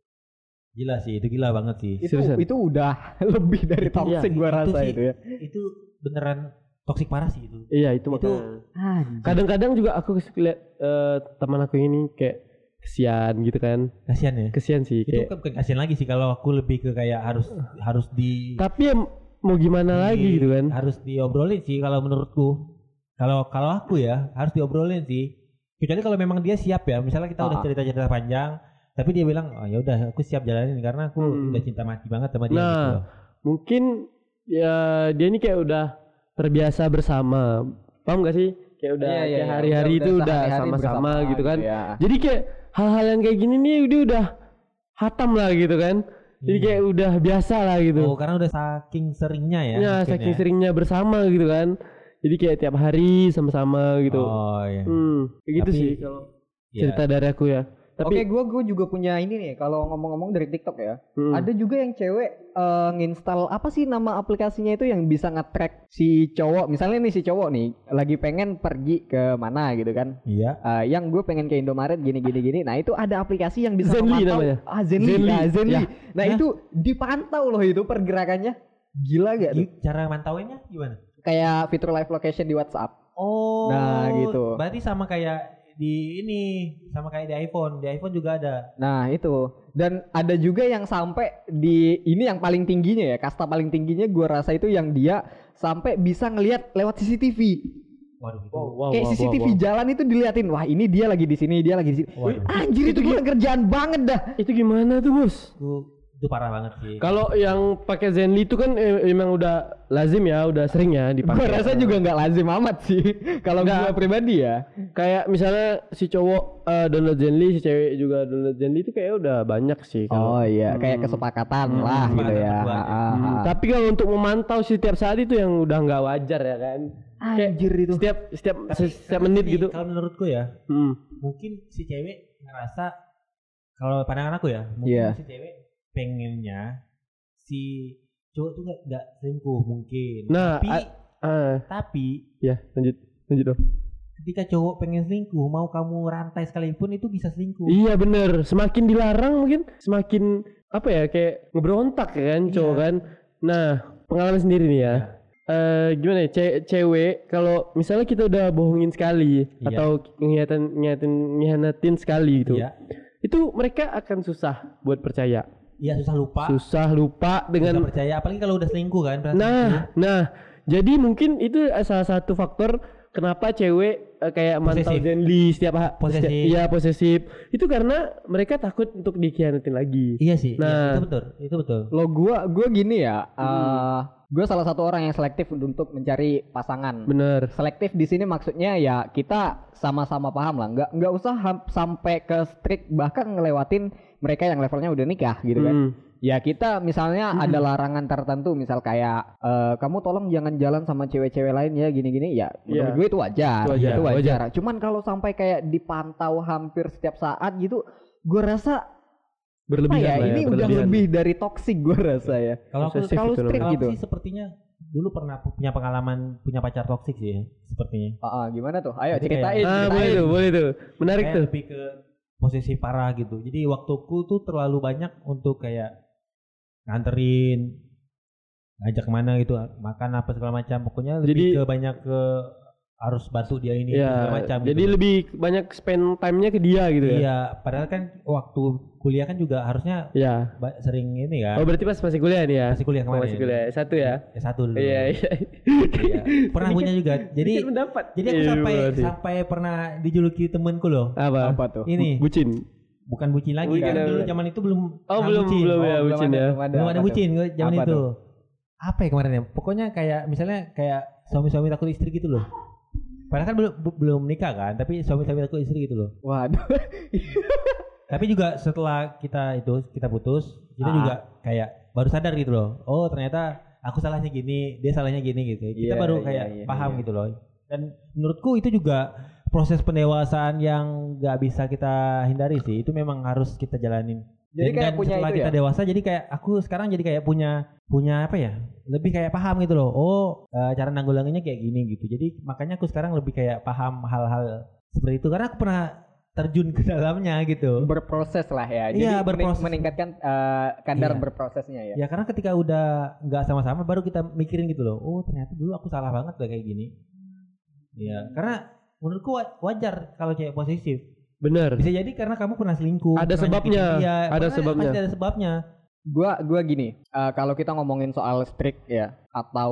Gila sih itu gila banget sih.
Itu
Seriusan?
itu udah lebih dari
Itu-
toxic
iya,
gua
itu
rasa
sih.
itu ya.
Itu beneran toksik parah sih itu.
Iya itu
Itu-
makanya. Kadang-kadang juga aku lihat eh, teman aku ini kayak kesian gitu kan.
Kasihan ya.
Kesian sih
Itu
kayak.
kan bukan kasihan lagi sih kalau aku lebih ke kayak harus harus di
Tapi ya mau gimana
di-
lagi gitu kan.
harus diobrolin sih kalau menurutku. Kalau kalau aku ya harus diobrolin sih. Kecuali kalau memang dia siap ya. Misalnya kita udah
Ah.
cerita-cerita panjang, tapi dia bilang, "Oh ya udah aku siap jalanin karena aku
Hmm.
udah cinta mati banget sama dia."
Nah,
gitu loh.
mungkin ya dia ini kayak udah terbiasa bersama. Paham gak sih? Kayak udah
Iya, iya,
kayak
iya.
hari-hari
Udah-
itu
udah
udah
sehari-hari
sama-sama
bersama
gitu kan.
gitu ya.
Jadi kayak hal-hal yang kayak gini nih dia udah hatam lah gitu kan. Jadi
Iya.
kayak udah biasa lah gitu.
Oh, karena udah saking seringnya ya.
Ya,
mungkin
saking
ya.
seringnya bersama gitu kan. Jadi kayak tiap hari sama-sama gitu.
Oh iya.
Hmm, kayak gitu
Tapi-
sih kalau
Iya.
cerita dari aku ya. Tapi
Oke, gua gua juga punya ini nih. Kalau ngomong-ngomong dari TikTok ya,
hmm,
ada juga yang cewek eh, nginstal apa sih nama aplikasinya itu yang bisa nge-track si cowok. Misalnya nih si cowok nih lagi pengen pergi ke mana gitu kan.
Iya.
Eh, yang gue pengen ke Indomaret gini gini gini. Nah itu ada aplikasi yang bisa
Zenly
memantau.
namanya.
Ah Zenly,
Zenly.
Nah, Zenly.
Ya.
Nah
Hah?
itu dipantau loh itu pergerakannya. Gila gak tuh?
Gi- Cara mantauinnya gimana?
Kayak fitur live location di WhatsApp.
Oh.
Nah, gitu.
Berarti sama kayak di ini, sama kayak di iPhone. Di iPhone juga ada.
Nah itu. Dan ada juga yang sampai di ini yang paling tingginya ya, kasta paling tingginya gue rasa itu yang dia sampai bisa ngelihat lewat C C T V.
Waduh itu.
Wow, wow,
Kayak
wow,
C C T V
wow, wow.
jalan itu diliatin, wah ini dia lagi di sini, dia lagi di sini.
Waduh.
Anjir itu gila kerjaan banget dah.
Itu gimana tuh bos?
Itu, itu parah banget sih.
Kalau yang pakai Zenly itu kan eh, emang udah lazim ya, udah sering ya dipakai.
Gue rasa juga nggak lazim amat sih. Kalau
Nggak.
gue pribadi ya.
Kayak misalnya si cowok eh, download Zenly, si cewek juga download Zenly itu kayak udah banyak sih.
Oh
Kalau.
iya, kayak
Hmm.
kesepakatan
Hmm,
lah gitu
kesepakatan
ya.
berdua aja.
Ah,
Hmm,
ah.
Tapi kalau untuk memantau setiap saat itu yang udah nggak wajar ya kan.
Anjir itu.
Setiap setiap
Tapi
setiap
karena
menit
gini,
gitu.
Kalau menurutku ya,
Hmm.
mungkin si cewek ngerasa, kalau pandangan aku ya, mungkin
Iya.
si cewek pengennya si cowok tuh nggak nggak selingkuh mungkin.
Nah,
tapi
a- Ah,
tapi
ya lanjut lanjut dong.
ketika cowok pengen selingkuh, mau kamu rantai sekalipun itu bisa selingkuh.
Iya bener, semakin dilarang mungkin semakin apa ya kayak ngeberontak ya kan cowok
Iya.
kan. Nah pengalaman sendiri nih ya.
Iya.
Eh gimana ya ce- cewek kalau misalnya kita udah bohongin sekali
Iya.
atau ngihatin ngihatin ngianatin sekali gitu,
Iya.
itu mereka akan susah buat percaya,
Iya susah lupa.
susah lupa dengan.
Susah percaya, apalagi kalau udah selingkuh kan. pernah
Nah,
selingkuh.
nah jadi mungkin itu salah satu faktor kenapa cewek eh, kayak mantau
Posesif.
Zenly setiap ha-
Posesif.
setiap- iya posesif itu karena mereka takut untuk dikhianatin lagi.
Iya sih. Iya,
Nah.
itu betul. Itu betul.
Lo gua gua gini ya.
Hmm.
eh Gue salah satu orang yang selektif untuk mencari pasangan.
Bener.
Selektif di sini maksudnya ya kita sama-sama paham lah, nggak nggak usah ham- sampai ke strict bahkan ngelewatin mereka yang levelnya udah nikah gitu kan.
Hmm.
Ya kita misalnya ada larangan tertentu, misal kayak eh, kamu tolong jangan jalan sama cewek-cewek lain ya gini-gini ya. Menurut
Iya.
gue itu wajar,
Itu wajar,
itu wajar.
wajar.
Cuman kalau sampai kayak dipantau hampir setiap saat gitu, gue rasa apa
Berlebihan
ya
lah
ini udah
berlebihan.
lebih dari toksik gue rasa ya.
Kalau aku
Posesif
kalau
itu
strict
namanya.
kalau
gitu.
aku sih sepertinya dulu pernah pu- punya pengalaman punya pacar toksik sih sepertinya.
Ah, ah, gimana tuh? Ayo
Jadi
ceritain.
kayak-
Ah, boleh
ceritain.
tuh, boleh tuh. Menarik
Kayak
tuh.
lebih ke posisi parah gitu. Jadi waktuku tuh terlalu banyak untuk kayak nganterin, ngajak mana gitu, makan apa segala macam. Pokoknya lebih
Jadi-
ke banyak ke harus bantu dia ini itu segala
Ya,
macam.
jadi
gitu.
lebih banyak spend time-nya ke dia gitu ya.
Iya, padahal kan waktu kuliah kan juga harusnya
Iya.
ba- sering ini kan.
Oh, berarti pas masih kuliah nih ya?
Masih kuliah
Oh,
kemarin.
masih kuliah. Satu ya.
S satu dulu.
Iya, iya.
Iya. Pernah punya juga. Jadi
Sedikit mendapat.
jadi aku
Iya,
sampai
berarti.
sampai pernah dijuluki temenku loh.
apa?
Apa tuh?
Ini
Bucin.
bukan bucin lagi
Bukan,
kan dulu
bukan.
zaman itu belum
Oh,
nggak
belum
bucin.
belum ya
Oh,
bucin
ada,
ya.
belum ada.
Belum ada
Apa tuh?
bucin gue zaman
Apa
itu.
tuh?
Apa ya kemarin ya? Pokoknya kayak misalnya kayak suami-suami takut istri gitu loh. Padahal kan belum bu- belum nikah kan, tapi suami-suami takut istri gitu loh.
Waduh.
Tapi juga setelah kita itu kita putus, kita
Ah.
juga kayak baru sadar gitu loh. Oh, ternyata aku salahnya gini, dia salahnya gini gitu. Kita
Iya,
baru
iya,
kayak
iya,
paham
iya.
gitu loh. Dan menurutku itu juga proses pendewasaan yang gak bisa kita hindari sih. Itu memang harus kita jalanin.
Jadi
Dan-
kayak
dan
punya
setelah
itu
kita
ya?
dewasa, jadi kayak aku sekarang jadi kayak punya punya apa ya? Lebih kayak paham gitu loh. Oh, eh, cara nanggulanginya kayak gini gitu. Jadi makanya aku sekarang lebih kayak paham hal-hal seperti itu karena aku pernah terjun ke dalamnya gitu.
Berproses lah ya. Jadi
Iya,
mening-
berproses.
meningkatkan eh, kadar
Iya.
berprosesnya ya.
Ya karena ketika udah nggak sama-sama baru kita mikirin gitu loh. Oh ternyata dulu aku salah banget udah kayak gini. Iya karena menurutku wa- wajar kalau cewek posesif.
Bener.
Bisa jadi karena kamu pernah selingkuh.
Ada
pernah
sebabnya,
nyakitin dia.
ada
Pernah,
sebabnya.
Pasti ada sebabnya.
Gua gua gini, eh, kalau kita ngomongin soal strict ya atau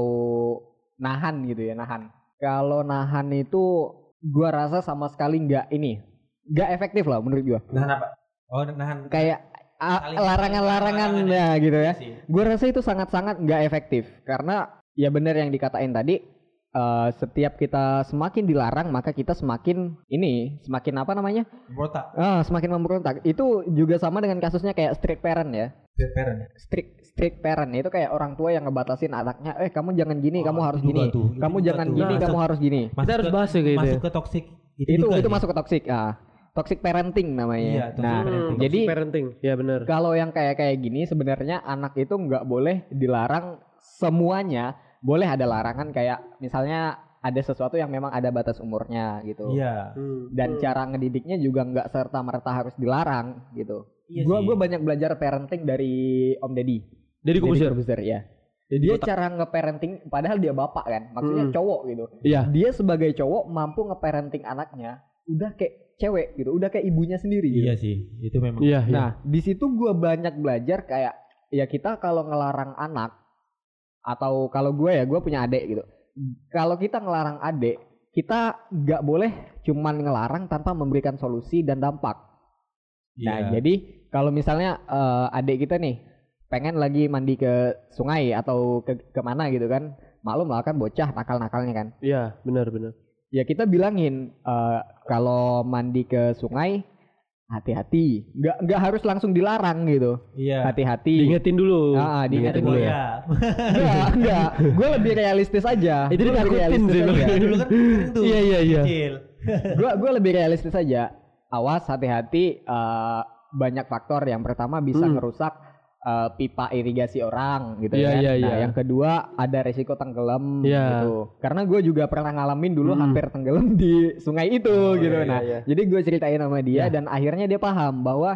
nahan gitu ya, nahan. Kalau nahan itu gua rasa sama sekali nggak ini, nggak efektif lah menurut gua.
Nahan apa? Oh nahan.
Kayak a-
Saling-
larangan-larangan
saling-
ya gitu ya.
Iya sih.
Gua rasa itu sangat-sangat nggak efektif karena ya benar yang dikatain tadi. eh, setiap kita semakin dilarang maka kita semakin ini semakin apa namanya
Berontak.
ah semakin memberontak. Itu juga sama dengan kasusnya kayak strict parent ya.
Strict parent.
strict strict parent itu kayak orang tua yang ngebatasin anaknya, eh kamu jangan gini,
Oh,
kamu harus
itu juga
gini,
tuh, itu
kamu
juga
jangan
tuh.
gini,
Nah,
kamu harus gini.
Kita harus bahas ya gitu
Masuk
ya.
ke toxic.
Itu
juga
itu
sih.
masuk ke toxic, ah toxic parenting namanya.
Iya, toxic
nah,
parenting.
jadi
Toxic parenting. Ya bener.
kalau yang kayak kayak gini sebenarnya anak itu nggak boleh dilarang semuanya, boleh ada larangan kayak misalnya ada sesuatu yang memang ada batas umurnya gitu.
Iya.
Hmm.
Dan cara ngedidiknya juga nggak serta merta harus dilarang gitu.
Iya
gua
sih.
gua banyak belajar parenting dari Om Deddy.
Jadi
Deddy
kubusir.
Corbuzier, ya. Dia cara nge-parenting padahal dia bapak kan, maksudnya
Hmm.
cowok gitu.
Iya.
Dia sebagai cowok mampu nge-parenting anaknya udah kayak cewek gitu, udah kayak ibunya sendiri gitu.
Iya sih. Itu memang.
Iya, iya.
Nah, di situ gua banyak belajar kayak ya kita kalau ngelarang anak atau kalau gue ya gue punya adik gitu. Kalau kita ngelarang adik, kita nggak boleh cuman ngelarang tanpa memberikan solusi dan dampak. Nah,
Iya.
jadi kalau misalnya eh, adik kita nih pengen lagi mandi ke sungai atau ke kemana gitu kan, maklum lah kan bocah nakal-nakalnya kan.
Iya, benar benar.
Ya kita bilangin eh, kalau mandi ke sungai hati-hati, nggak nggak harus langsung dilarang gitu,
Iya.
hati-hati.
Diingetin dulu.
Ah, diingetin
Ingat
dulu
dulu
ya.
ya.
Enggak, enggak. Gue lebih realistis aja.
Itu
Gua lebih
ditakutin
realistis
sih.
aja.
Dulu kan keren tuh.
Iya, iya, iya.
Kecil.
Gue gue lebih realistis aja. Awas, hati-hati. eh, banyak faktor. Yang pertama bisa
Hmm.
ngerusak eh, pipa irigasi orang gitu
Iya,
kan.
iya,
Nah,
iya.
yang kedua ada resiko tenggelam
Iya.
gitu. Karena gue juga pernah ngalamin dulu
Hmm.
hampir tenggelam di sungai itu
Oh,
gitu.
iya,
Nah,
iya, iya.
jadi gue ceritain sama dia
Iya.
dan akhirnya dia paham bahwa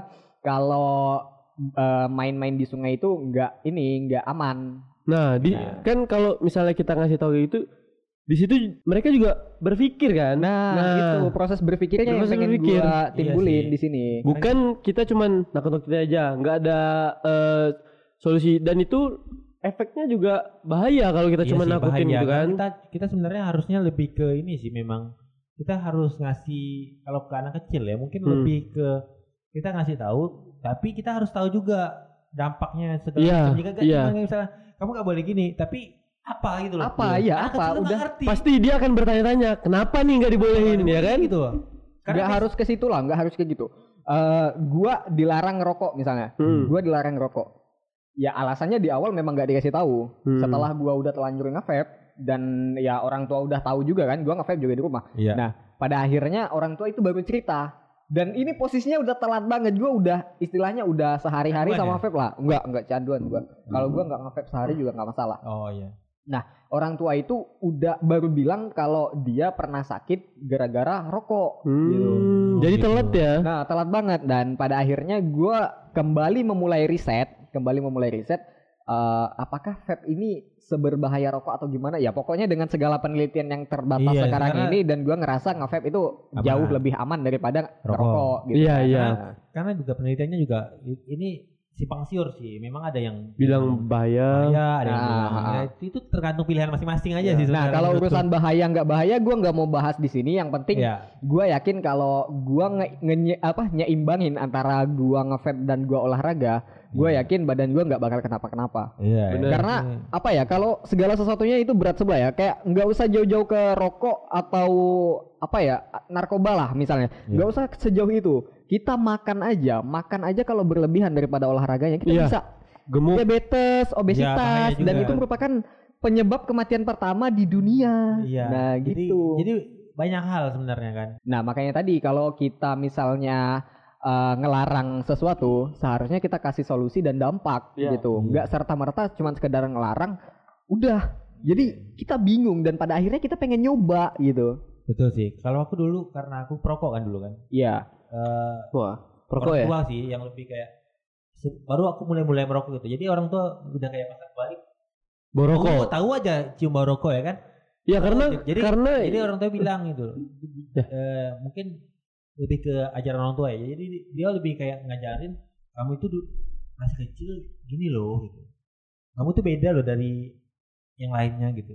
kalau eh, main-main di sungai itu nggak ini nggak aman.
Nah, di
Nah.
kan kalau misalnya kita ngasih tahu itu di situ mereka juga berpikir kan.
Nah, itu proses berpikirnya yang
Proses
pengen
berpikir.
gua timbulin
Iya sih.
di sini.
bukan kita cuman nakut-nakutin aja, nggak ada eh, solusi dan itu efeknya juga bahaya kalau kita
Iya
cuma
sih,
nakutin
bahaya.
gitu kan.
Karena Kita kita sebenarnya harusnya lebih ke ini sih memang kita harus ngasih kalau ke anak kecil ya mungkin
Hmm.
lebih ke kita ngasih tahu tapi kita harus tahu juga dampaknya segala
Iya,
macam. Jika nggak
iya.
cuma misalnya kamu nggak boleh gini tapi apa gitu loh.
Apa, iya,
Anak
apa,
kecil tuh nggak
udah
ngerti.
Pasti dia akan bertanya-tanya, kenapa nih nggak dibolehin ya kan?
gitu.
Nggak harus ke situ lah, nggak harus ke gitu. Eh, gua dilarang ngerokok misalnya.
Hmm.
Gua dilarang ngerokok. Ya alasannya di awal memang nggak dikasih tahu.
Hmm.
Setelah gua udah telanjur nge-vape dan ya orang tua udah tahu juga kan, gua nge-vape juga di rumah.
Iya.
Nah, pada akhirnya orang tua itu baru cerita. Dan ini posisinya udah telat banget. Gua udah istilahnya udah sehari-hari
Canduan
sama
ya?
vape lah. Enggak, enggak canduan gua. Kalau gua nggak nge-vape sehari juga nggak masalah.
Oh iya.
Orang tua itu udah baru bilang kalau dia pernah sakit gara-gara rokok.
Hmm,
Gitu.
jadi
gitu.
telat ya.
Nah, telat banget dan pada akhirnya gua kembali memulai riset, kembali memulai riset eh, apakah vape ini seberbahaya rokok atau gimana ya? Pokoknya dengan segala penelitian yang terbatas
Iya,
sekarang
karena-
ini dan gua ngerasa nge-vape itu
Aman.
jauh lebih aman daripada
Rokok.
rokok gitu.
Iya,
kan.
iya.
Nah,
Karena juga penelitiannya juga i- ini simpang siur sih. Memang ada yang
Bilang bahaya.
bahaya, ada yang
Nah,
bilang
ah.
ya, itu, itu tergantung pilihan masing-masing aja
Nah,
sih. sebenarnya
kalau
menurutku.
urusan bahaya nggak bahaya gua nggak mau bahas di sini. Yang penting
Iya.
gua yakin kalau gua nge, nge- apa nyeimbangin antara gua nge-vape dan gua olahraga, gua
Iya.
yakin badan gua nggak bakal kenapa-kenapa.
Iya.
Bener.
Karena apa ya, kalau segala sesuatunya itu berat sebelah ya, kayak nggak usah jauh-jauh ke rokok atau apa ya, narkoba lah misalnya,
Iya.
nggak usah sejauh itu. Kita makan aja, makan aja kalau berlebihan daripada olahraganya kita
Iya.
bisa
Gemuk.
diabetes,
bahaya
obesitas,
juga.
dan itu merupakan penyebab kematian pertama di dunia.
Iya.
Nah
Jadi-
gitu.
Jadi banyak hal sebenarnya kan.
Nah makanya tadi kalau kita misalnya uh, ngelarang sesuatu, seharusnya kita kasih solusi dan dampak
Iya.
gitu. Nggak serta-merta cuma sekedar ngelarang, udah. Jadi kita bingung dan pada akhirnya kita pengen nyoba gitu.
Betul sih. Kalau aku dulu karena aku perokok kan dulu kan.
Iya.
Eh
Wah,
orang
perokok ya?
tua sih yang lebih kayak se- baru aku mulai-mulai merokok gitu. Jadi orang tua udah kayak pasang balik.
Borokok.
Tahu, tahu aja cium bau rokok ya kan.
Ya karena
jadi
karena
jadi orang tua bilang gitu.
Ya.
Eh, mungkin lebih ke ajaran orang tua ya. Jadi dia lebih kayak ngajarin kamu itu du- masih kecil gini loh gitu. Kamu tuh beda loh dari yang lainnya gitu.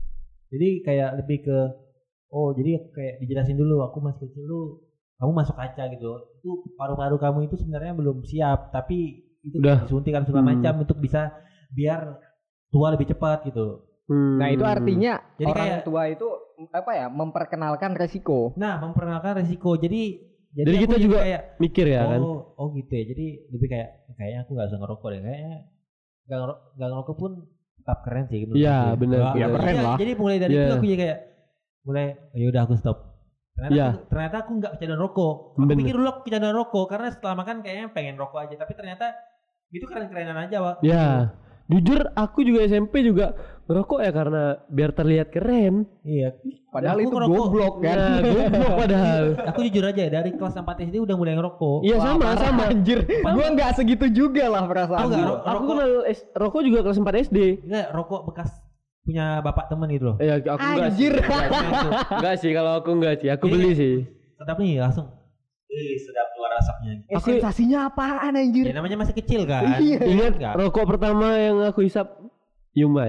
Jadi kayak lebih ke oh jadi kayak dijelasin dulu aku masih kecil lu kamu masuk kaca gitu. Itu paru-paru kamu itu sebenarnya belum siap tapi itu
Udah.
disuntikan segala
Hmm.
macam untuk bisa biar tua lebih cepat gitu.
Hmm.
Nah itu artinya
Jadi
orang
kayak-
tua itu apa ya, memperkenalkan resiko.
Nah, memperkenalkan resiko. Jadi
Jadi
aku
kita
jadi
juga
kayak
mikir ya
oh,
kan.
oh gitu ya. Jadi lebih kayak kayaknya aku nggak usah ngerokok deh. Kayaknya nggak ngero- nggak ngerokok pun tetap keren sih menurut
Iya,
aku.
bener.
Wah,
Iya, keren
jadi-
lah.
Jadi mulai dari
Iya.
itu aku jadi kayak mulai ya udah aku stop. Ternyata,
Iya.
aku, ternyata aku nggak kecanduan rokok. Aku
Bener.
pikir dulu aku kecanduan rokok karena setelah makan kayaknya pengen rokok aja. Tapi ternyata itu keren-kerenan aja, Pak.
Ya, jujur aku juga S M P juga ngerokok ya karena biar terlihat keren.
Iya.
Padahal
Aku
itu
ngerokok.
goblok kan.
Nah, goblok padahal.
Aku jujur aja ya, dari kelas empat S D udah mulai ngerokok.
Iya
Wah,
sama
parah,
sama.
Anjir, gua nggak segitu juga lah perasaan
Aku nggak
gua.
ro-
Aku
rokok.
kenal S- rokok juga kelas empat S D.
Enggak, rokok bekas punya bapak temen itu loh.
Ya aku enggak sih.
Anjir.
Enggak sih kalau aku enggak sih. Aku
Jadi-
beli sih.
Sedap nih langsung. Eh, sedap keluar asapnya.
Eh,
Aku-
sensasinya apaan anjir?
Ya namanya masih kecil kan.
Iya.
Ingat
Enggak.
rokok pertama yang aku hisap Yumail.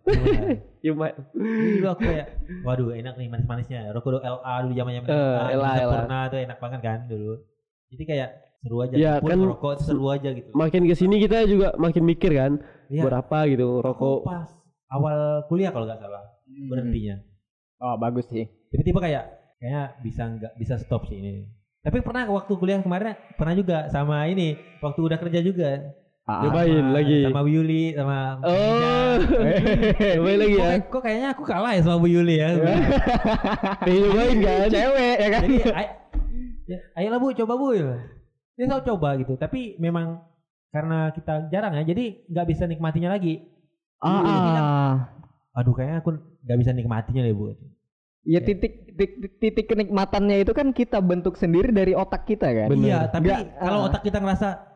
Cuma
Jadi dulu aku kayak, waduh enak nih manis-manisnya. Rokok L A dulu zamannya
Eh, L A, L A.
Sempurna tuh enak banget kan dulu. Jadi kayak seru aja.
Ya,
Pun
kan
rokok itu seru aja gitu.
makin kesini kita juga makin mikir kan,
Iya.
buat apa gitu
Aku
rokok.
pas awal kuliah kalau nggak salah berhentinya.
Oh bagus sih.
Tiba-tiba kayak kayaknya bisa nggak bisa stop sih ini. Tapi pernah waktu kuliah kemarin pernah juga sama ini waktu udah kerja juga.
Ah,
Cobain
Sama-
lagi.
Sama Bu Yuli sama Bu
Oh,
Ija.
cobain lagi
Kok,
ya.
kayak- kok kayaknya aku kalah ya sama Bu Yuli ya.
Pengen cobain kan?
Cewek ya kan.
Jadi ay- ya, ayolah Bu coba Bu. Dia selalu coba gitu. Tapi memang karena kita jarang ya, jadi nggak bisa nikmatinya lagi.
Ah, ah.
Aduh kayaknya aku nggak bisa nikmatinya deh Bu.
Ya titik, titik titik kenikmatannya itu kan kita bentuk sendiri dari otak kita kan.
Bener.
Iya, tapi
Nggak,
kalau
ah.
otak kita ngerasa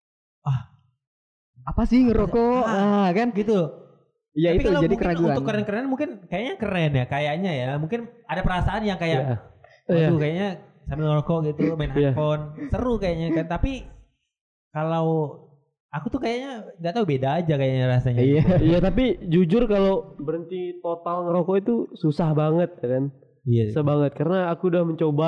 Apa sih ngerokok?
Ah.
Ah, kan.
gitu.
Ya
Tapi
itu
kalau
jadi
mungkin
keraguan.
untuk keren-keren mungkin kayaknya keren ya, kayaknya ya. Mungkin ada perasaan yang kayak,
Iya.
waduh
Iya.
kayaknya sambil ngerokok gitu, main
Iya.
handphone, seru kayaknya kan. Tapi kalau aku tuh kayaknya nggak tahu beda aja kayaknya rasanya.
Iya.
Iya tapi jujur kalau berhenti total ngerokok itu susah banget ya kan.
Iya.
Susah banget karena aku udah mencoba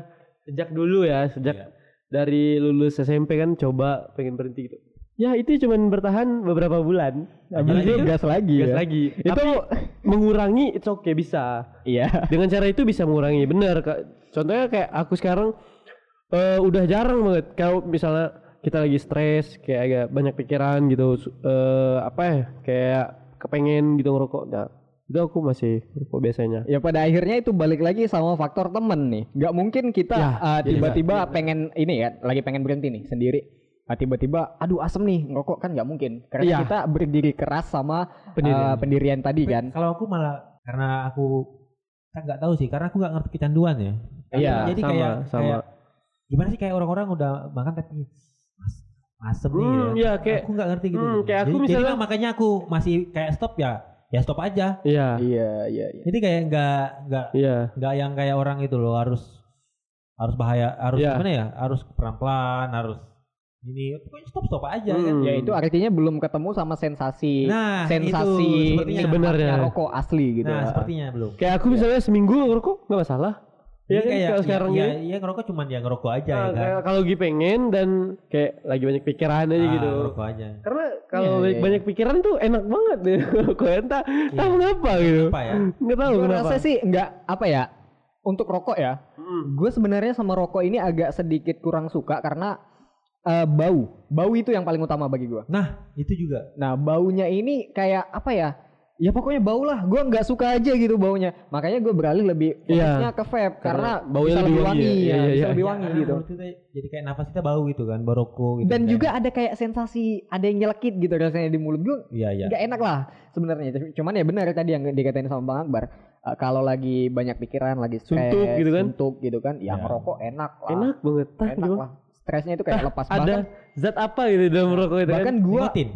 sejak dulu ya, sejak
Iya.
dari lulus S M P kan coba pengen berhenti gitu. Ya itu cuman bertahan beberapa bulan.
Habis itu gas lagi
Gas
ya.
lagi.
Itu
Tapi mengurangi it's okay bisa.
iya.
Dengan cara itu bisa mengurangi. Bener Kak. Contohnya kayak aku sekarang eh, udah jarang banget kalau misalnya kita lagi stres kayak agak banyak pikiran gitu su- eh, apa ya kayak kepengen gitu ngerokok. Nah, itu aku masih ngerokok biasanya.
Ya pada akhirnya itu balik lagi sama faktor temen nih. Nggak mungkin kita
Ya,
uh,
iya,
tiba-tiba
iya.
pengen ini ya, lagi pengen berhenti nih sendiri. Ah, tiba-tiba, aduh asem nih ngerokok kan nggak mungkin. Karena
Iya.
kita berdiri keras sama
Pendirian.
uh, pendirian tadi
Tapi
kan.
Kalau aku malah karena aku kan nggak tahu sih, karena aku nggak ngerti kecanduan ya.
Iya,
Jadi
sama,
kayak,
sama.
kayak gimana sih kayak orang-orang udah makan tapi mas- asem nih
Hmm,
ya.
iya, kayak-
aku nggak ngerti gitu.
hmm, kayak aku
jadi,
misalnya-
jadi makanya aku masih kayak stop ya, ya stop aja.
Iya.
Iya, iya, iya.
Jadi kayak nggak nggak
Iya.
nggak yang kayak orang itu loh harus harus bahaya harus
Iya.
gimana ya harus pelan-pelan harus ini pokoknya stop stop aja kan.
Hmm.
Ya itu artinya belum ketemu sama sensasi
Nah,
sensasi
itu sepertinya.
Sebenarnya.
rokok asli gitu.
Nah sepertinya belum.
Kayak aku misalnya seminggu ngerokok nggak masalah.
Jadi
Iya kan
kayak
kalau sekarang
ya,
ini.
ya, ya ngerokok cuman ya ngerokok aja
Nah,
ya kan.
kayak kalau lagi pengen dan kayak lagi banyak pikiran aja
Ah,
gitu.
ngerokok aja.
Karena kalau
Iya,
banyak,
iya.
banyak pikiran tuh enak banget deh ngerokok. Entah
Iya.
tahu kenapa gitu.
Apa ya?
Nggak tahu
Gua
kenapa.
rasa sih nggak apa ya untuk rokok ya.
Hmm.
Gue sebenarnya sama rokok ini agak sedikit kurang suka karena uh, bau. Bau itu yang paling utama bagi gue.
Nah itu juga.
Nah baunya ini kayak apa ya? Ya pokoknya bau lah. Gue nggak suka aja gitu baunya. Makanya gue beralih lebih
Iya.
fokusnya ke vape karena,
Karena baunya
bisa
lebih
lebih
wangi
wangi,
ya.
ya,
Iya, iya,
bisa
iya.
lebih
Ya,
wangi
karena
gitu.
menurut kita jadi kayak nafas kita bau gitu kan, bau rokok gitu.
Dan
kan.
juga ada kayak sensasi ada yang nyelekit gitu rasanya di mulut gue.
Iya iya.
Nggak enak lah sebenarnya. Cuman ya benar tadi yang dikatain sama Bang Akbar. Uh, kalau lagi banyak pikiran, lagi stres,
Suntuk gitu kan.
suntuk gitu kan, ya
Ya.
ngerokok enak lah.
Enak banget. Tah,
Enak
gimana?
lah. Stresnya itu kayak lepas.
Ada
Bahkan,
zat apa gitu di dalam rokok itu
bahkan
kan?
gua
Nikotin.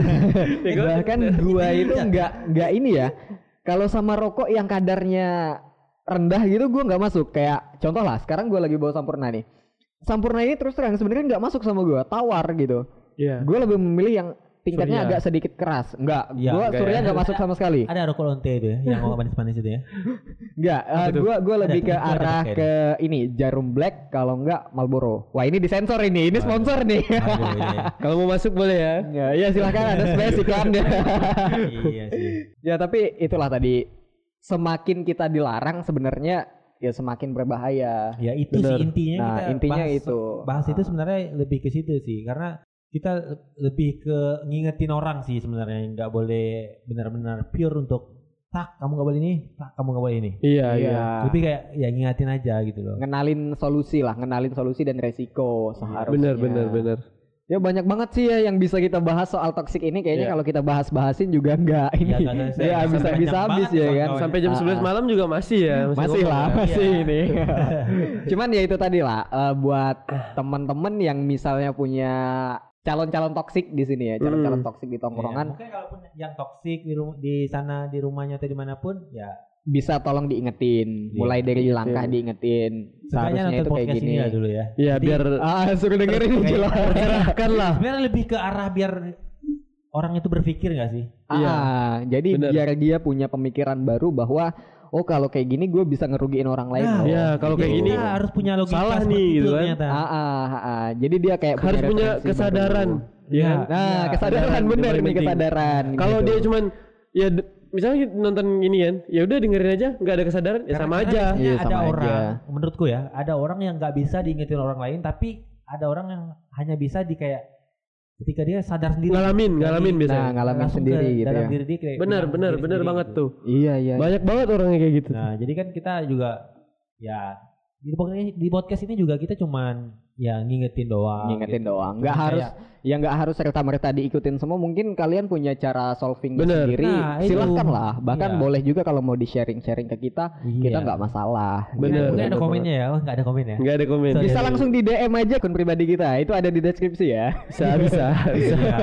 bahkan gua itu nggak nggak ini ya. Kalau sama rokok yang kadarnya rendah gitu gua nggak masuk. Kayak contoh lah, sekarang gua lagi bawa Sampurna nih. Sampurna ini terus terang sebenarnya nggak masuk sama gua, tawar gitu.
Iya.
Gua lebih memilih yang tingkatnya
Surya.
agak sedikit keras. Enggak,
Iya,
gua
enggak
Surya
ya.
nggak masuk sama sekali.
Ada rokok lonte itu ya, yang mau manis-manis itu ya.
Enggak, eh,
Apa tuh?
gua gua lebih
Ada,
ke
itu ada
arah
pakai
ke ini Jarum Black kalau enggak Marlboro. Wah, ini disensor ini. Ini
Waduh.
sponsor nih.
Aduh, iya.
Kalau mau masuk boleh ya.
Ya, ya silakan ada space iklannya.
Iya sih.
Ya, tapi itulah tadi semakin kita dilarang sebenarnya ya semakin berbahaya.
Ya itu
Bener.
sih intinya
Nah,
kita
intinya
bahas,
itu.
bahas itu sebenarnya lebih ke situ sih karena kita lebih ke ngingetin orang sih sebenarnya nggak boleh benar-benar pure untuk tak kamu nggak boleh ini tak kamu nggak boleh ini
Iya,
Iya.
iya.
lebih kayak ya ngingatin aja gitu loh.
Ngenalin solusi lah, ngenalin solusi dan resiko seharusnya.
Bener, bener, bener.
Ya banyak banget sih ya yang bisa kita bahas soal toxic ini. Kayaknya
Iya.
kalau kita bahas-bahasin juga enggak ini.
Ya, nggak selesai.
Ya
Sampai
bisa
banyak
bisa habis
banget
ya
nih
kan.
kawan-kawan.
Sampai jam
Ah,
sebelas
ah.
malam juga masih ya.
Masih lah,
ngomong ya.
masih
Iya.
ini. Cuman ya itu tadi lah eh, buat teman-teman yang misalnya punya calon-calon toksik di sini ya, calon-calon
Hmm.
toksik di
Ya,
tongkrongan,
mungkin kalaupun yang toksik di, ru- di sana di rumahnya atau dimanapun ya
bisa tolong diingetin,
Iya.
mulai dari
Diingetin.
langkah diingetin.
sebenarnya
Seharusnya
nonton
itu kayak
podcast
gini.
ini ya dulu ya.
Iya,
Jadi,
biar
Ah, suruh dengerin
Kayak-
jelas.
tercerahkan lah.
sebenarnya lebih ke arah biar orang itu berpikir nggak sih?
Iya.
Ah, jadi
Bener.
biar dia punya pemikiran baru bahwa oh kalau kayak gini gue bisa ngerugiin orang lain.
Nah,
loh.
Iya, kalau
Jadi
kayak gini
kita harus punya logika
salah
seperti
nih,
itu
gitu kan.
ternyata.
Ah, ah, ah, ah. Jadi dia kayak
harus punya
referensi
kesadaran.
baru.
Iya.
Iya.
Nah,
Iya,
kesadaran
kesadaran,
bener
yang
nih
penting.
kesadaran.
Kalau
gitu.
dia cuman ya d- misalnya nonton ini kan, ya udah dengerin aja, nggak ada kesadaran, ya
Karena-
sama
karena
aja.
biasanya
Iya,
ada
sama aja.
orang, menurutku ya, ada orang yang nggak bisa diingetin orang lain, tapi ada orang yang hanya bisa di kayak ketika dia sadar sendiri.
Ngalamin,
Jadi,
ngalamin
Nah,
biasanya.
ngalamin
langsung
sendiri
ke
gitu
dalam
ya.
diri dia kayak
Bener,
bilang
bener,
diri
bener
sendiri
banget
gitu.
tuh.
Iya, iya.
Banyak banget orang yang kayak gitu.
Nah, jadi kan kita juga ya di podcast, di podcast ini juga kita cuman ya ngingetin doang.
Ngingetin
gitu.
doang.
Cuma
Nggak harus
kayak,
ya nggak harus serta-merta diikutin semua. Mungkin kalian punya cara solving
Bener.
sendiri.
Nah, itu.
Silahkan lah. Bahkan
Iya.
boleh juga kalau mau di sharing-sharing ke kita,
iya.
kita nggak masalah.
Bener.
Mungkin ada
bener
komennya ya? Oh, nggak ada komen ya?
Nggak ada komen.
Sorry.
Bisa
Iya.
langsung di D M aja akun pribadi kita. Itu ada di deskripsi ya.
Bisa, bisa, bisa.
Iya.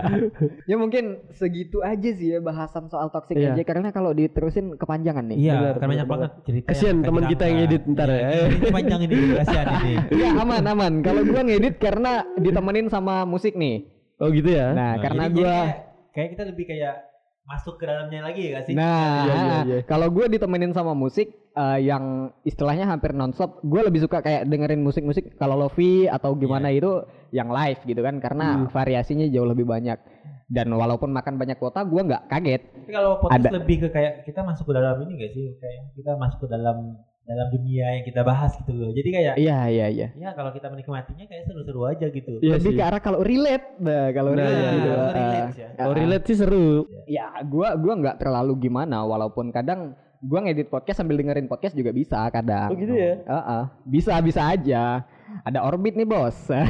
Ya mungkin segitu aja sih ya bahasan soal toxic
Iya.
aja karena kalau diterusin kepanjangan nih.
Iya,
Bener,
kan banyak
bener
banget cerita.
Kasian
yang akan
teman kita yang
diangkat.
edit ntar
Iya,
ya.
Ini panjang ini, kasihan ini.
Iya aman aman. Kalau gua ngedit karena ditemenin sama musik nih.
Oh gitu ya.
Nah,
Nah,
karena
jadi-
gua
jadi kayak, kayak kita lebih kayak masuk ke dalamnya lagi ya gak sih?
Nah,
Iya, iya, iya.
kalau gue ditemenin sama musik eh, yang istilahnya hampir nonstop, gue lebih suka kayak dengerin musik-musik kalau lofi atau gimana
Iya.
itu yang live gitu kan, karena
Hmm.
variasinya jauh lebih banyak. Dan walaupun makan banyak kuota, gue nggak kaget.
Tapi kalau podcast
Ada.
lebih ke kayak kita masuk ke dalam ini gak sih? Kayak kita masuk ke dalam dalam dunia yang kita bahas gitu loh. Jadi kayak
Iya iya iya.
ya kalau kita menikmatinya kayak seru-seru aja gitu.
Iya
lebih
sih.
ke arah kalau relate, nah kalau
Nah,
relate
iya.
gitu.
Kalau
eh,
relate ya.
Kalau relate sih seru.
Ya, gua gua nggak terlalu gimana, walaupun kadang gua ngedit podcast sambil dengerin podcast juga bisa kadang.
Oh gitu ya?
Heeh. Bisa bisa aja. Ada Orbit nih, Bos.
Iya.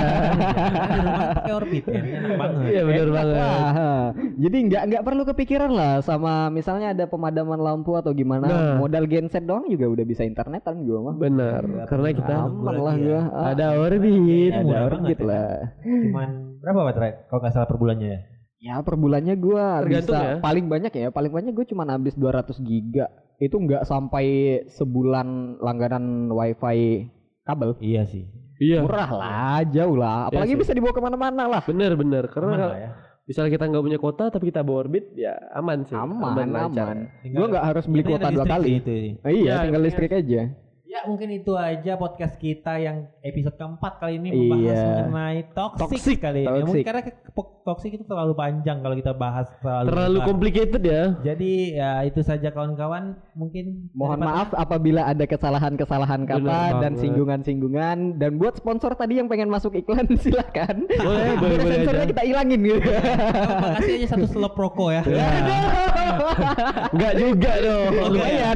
Karena di rumah pakai Orbit ya, ini enak banget.
Iya benar
Enak
banget.
lah, ha. Jadi nggak nggak perlu kepikiran lah sama misalnya ada pemadaman lampu atau gimana,
Nah.
modal genset doang juga udah bisa internetan gua mah.
Benar.
Iya,
Karena
benar.
kita
Am-
Aman
lagi
lah
ya.
gua. Ah,
ada Orbit.
ada
murah
Orbit
banget ya.
lah.
Cuman berapa baterai kalau nggak salah per bulannya ya?
Ya per bulannya gua
Tergantung
bisa
ya.
paling banyak ya, paling banyak gua cuma habis dua ratus giga. Itu nggak sampai sebulan langganan wifi kabel.
Iya sih.
Iya.
Murah lah, jauh lah. Apalagi
sih.
bisa dibawa kemana-mana lah.
Bener bener. Karena
Aman
kalau
lah ya.
misalnya kita nggak punya kuota tapi kita bawa Orbit ya aman sih.
Aman,
lancar.
aman.
Tinggal-
Gua nggak harus beli
Itu yang
kuota
ada
dua
listrik
kali.
sih itu.
Eh, iya,
Ya,
tinggal
yang
listrik aja.
Ya mungkin itu aja podcast kita yang episode keempat kali ini
Iya.
membahas mengenai toxic,
Toxic,
kali ini.
toxic.
Mungkin karena ke- ke- toxic itu terlalu panjang kalau kita bahas terlalu,
Terlalu
lebar.
complicated ya.
Jadi ya itu saja kawan-kawan. Mungkin
Mohon
daripada-
maaf apabila ada kesalahan-kesalahan kata
Bener
dan
banget.
singgungan-singgungan. Dan buat sponsor tadi yang pengen masuk iklan silakan.
Boleh, boleh, boleh
Sensornya
aja.
kita ilangin gitu.
Kamu kasih aja satu slot rokok ya.
Enggak juga dong.
Lumayan.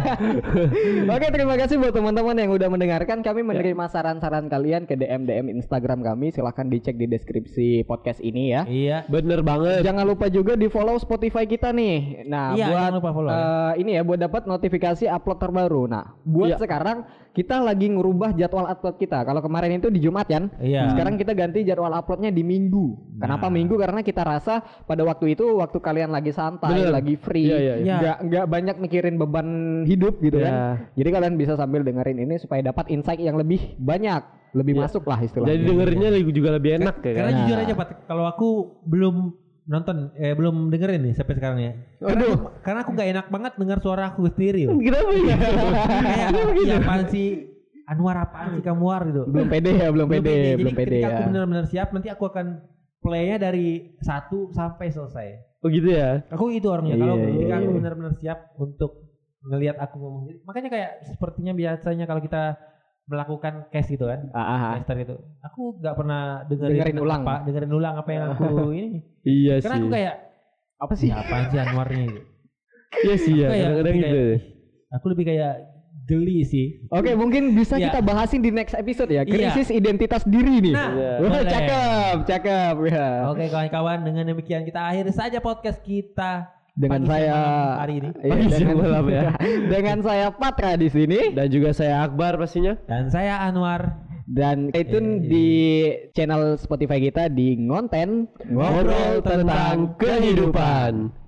Oke, terima kasih buat teman-teman yang udah mendengarkan. Kami menerima saran-saran kalian ke D M D M Instagram kami. Silahkan dicek di deskripsi podcast ini ya.
Iya.
Bener banget.
Jangan lupa juga di follow Spotify kita nih. Nah,
Iya,
buat
jangan lupa follow ya.
eh, ini ya buat dapat notifikasi upload terbaru. Nah, buat
Iya.
sekarang kita lagi ngerubah jadwal upload kita. Kalau kemarin itu di Jumat kan?
Iya.
Sekarang kita ganti jadwal uploadnya di Minggu. Kenapa
Nah.
Minggu? Karena kita rasa pada waktu itu waktu kalian lagi santai,
Bener.
lagi free,
Iya, iya,
iya.
nggak nggak banyak mikirin beban hidup gitu
Iya.
kan. Jadi kalian bisa sambil dengerin ini supaya dapat insight yang lebih banyak, lebih
Iya.
masuk lah istilahnya.
Jadi dengerinnya juga lebih enak ya
Karena
kan.
jujur aja Pat, kalau aku belum nonton, eh belum dengerin nih sampai sekarang ya. Karena aku, karena aku gak enak banget dengar suara aku sendiri. loh.
Kenapa ya?
Kayak ya apaan sih Anwar, apaan sih kamu War gitu.
belum pede ya, belum pede,
Jadi
belum pede
ketika
ya.
aku benar-benar siap, nanti aku akan playnya dari satu sampai selesai.
Oh gitu ya.
Aku itu orangnya. Kalau
Iya,
ketika
iya,
aku
iya.
benar-benar siap untuk ngelihat aku ngomong sendiri. Makanya kayak sepertinya biasanya kalau kita melakukan case gitu kan.
Ah, ah, ah.
Caster itu. Aku nggak pernah dengerin,
Dengerin ulang.
apa, dengerin ulang apa yang aku ini.
Iya
Karena
sih.
aku kayak
Apa sih?
ya apaan sih Anwar nih gitu.
Iya sih ya.
Kayak
Kadang-kadang
lebih
gitu.
kayak- Aku lebih kayak geli sih.
Oke, mungkin bisa
Iya.
kita bahasin di next episode ya.
Iya.
Krisis identitas diri nih.
Nah,
Iya.
Wah,
boleh.
cakep, cakep ya.
Oke kawan-kawan, dengan demikian kita akhiri saja podcast kita
Dengan
pagi, siang,
saya
malam, hari ini.
Iya,
Pagi, siang,
dengan,
malam ya.
dengan saya Patra di sini
Dan juga saya Akbar pastinya.
Dan saya Anwar.
dan stay tune
Eh.
di channel Spotify kita di Ngonten
Ngobrol tentang kehidupan.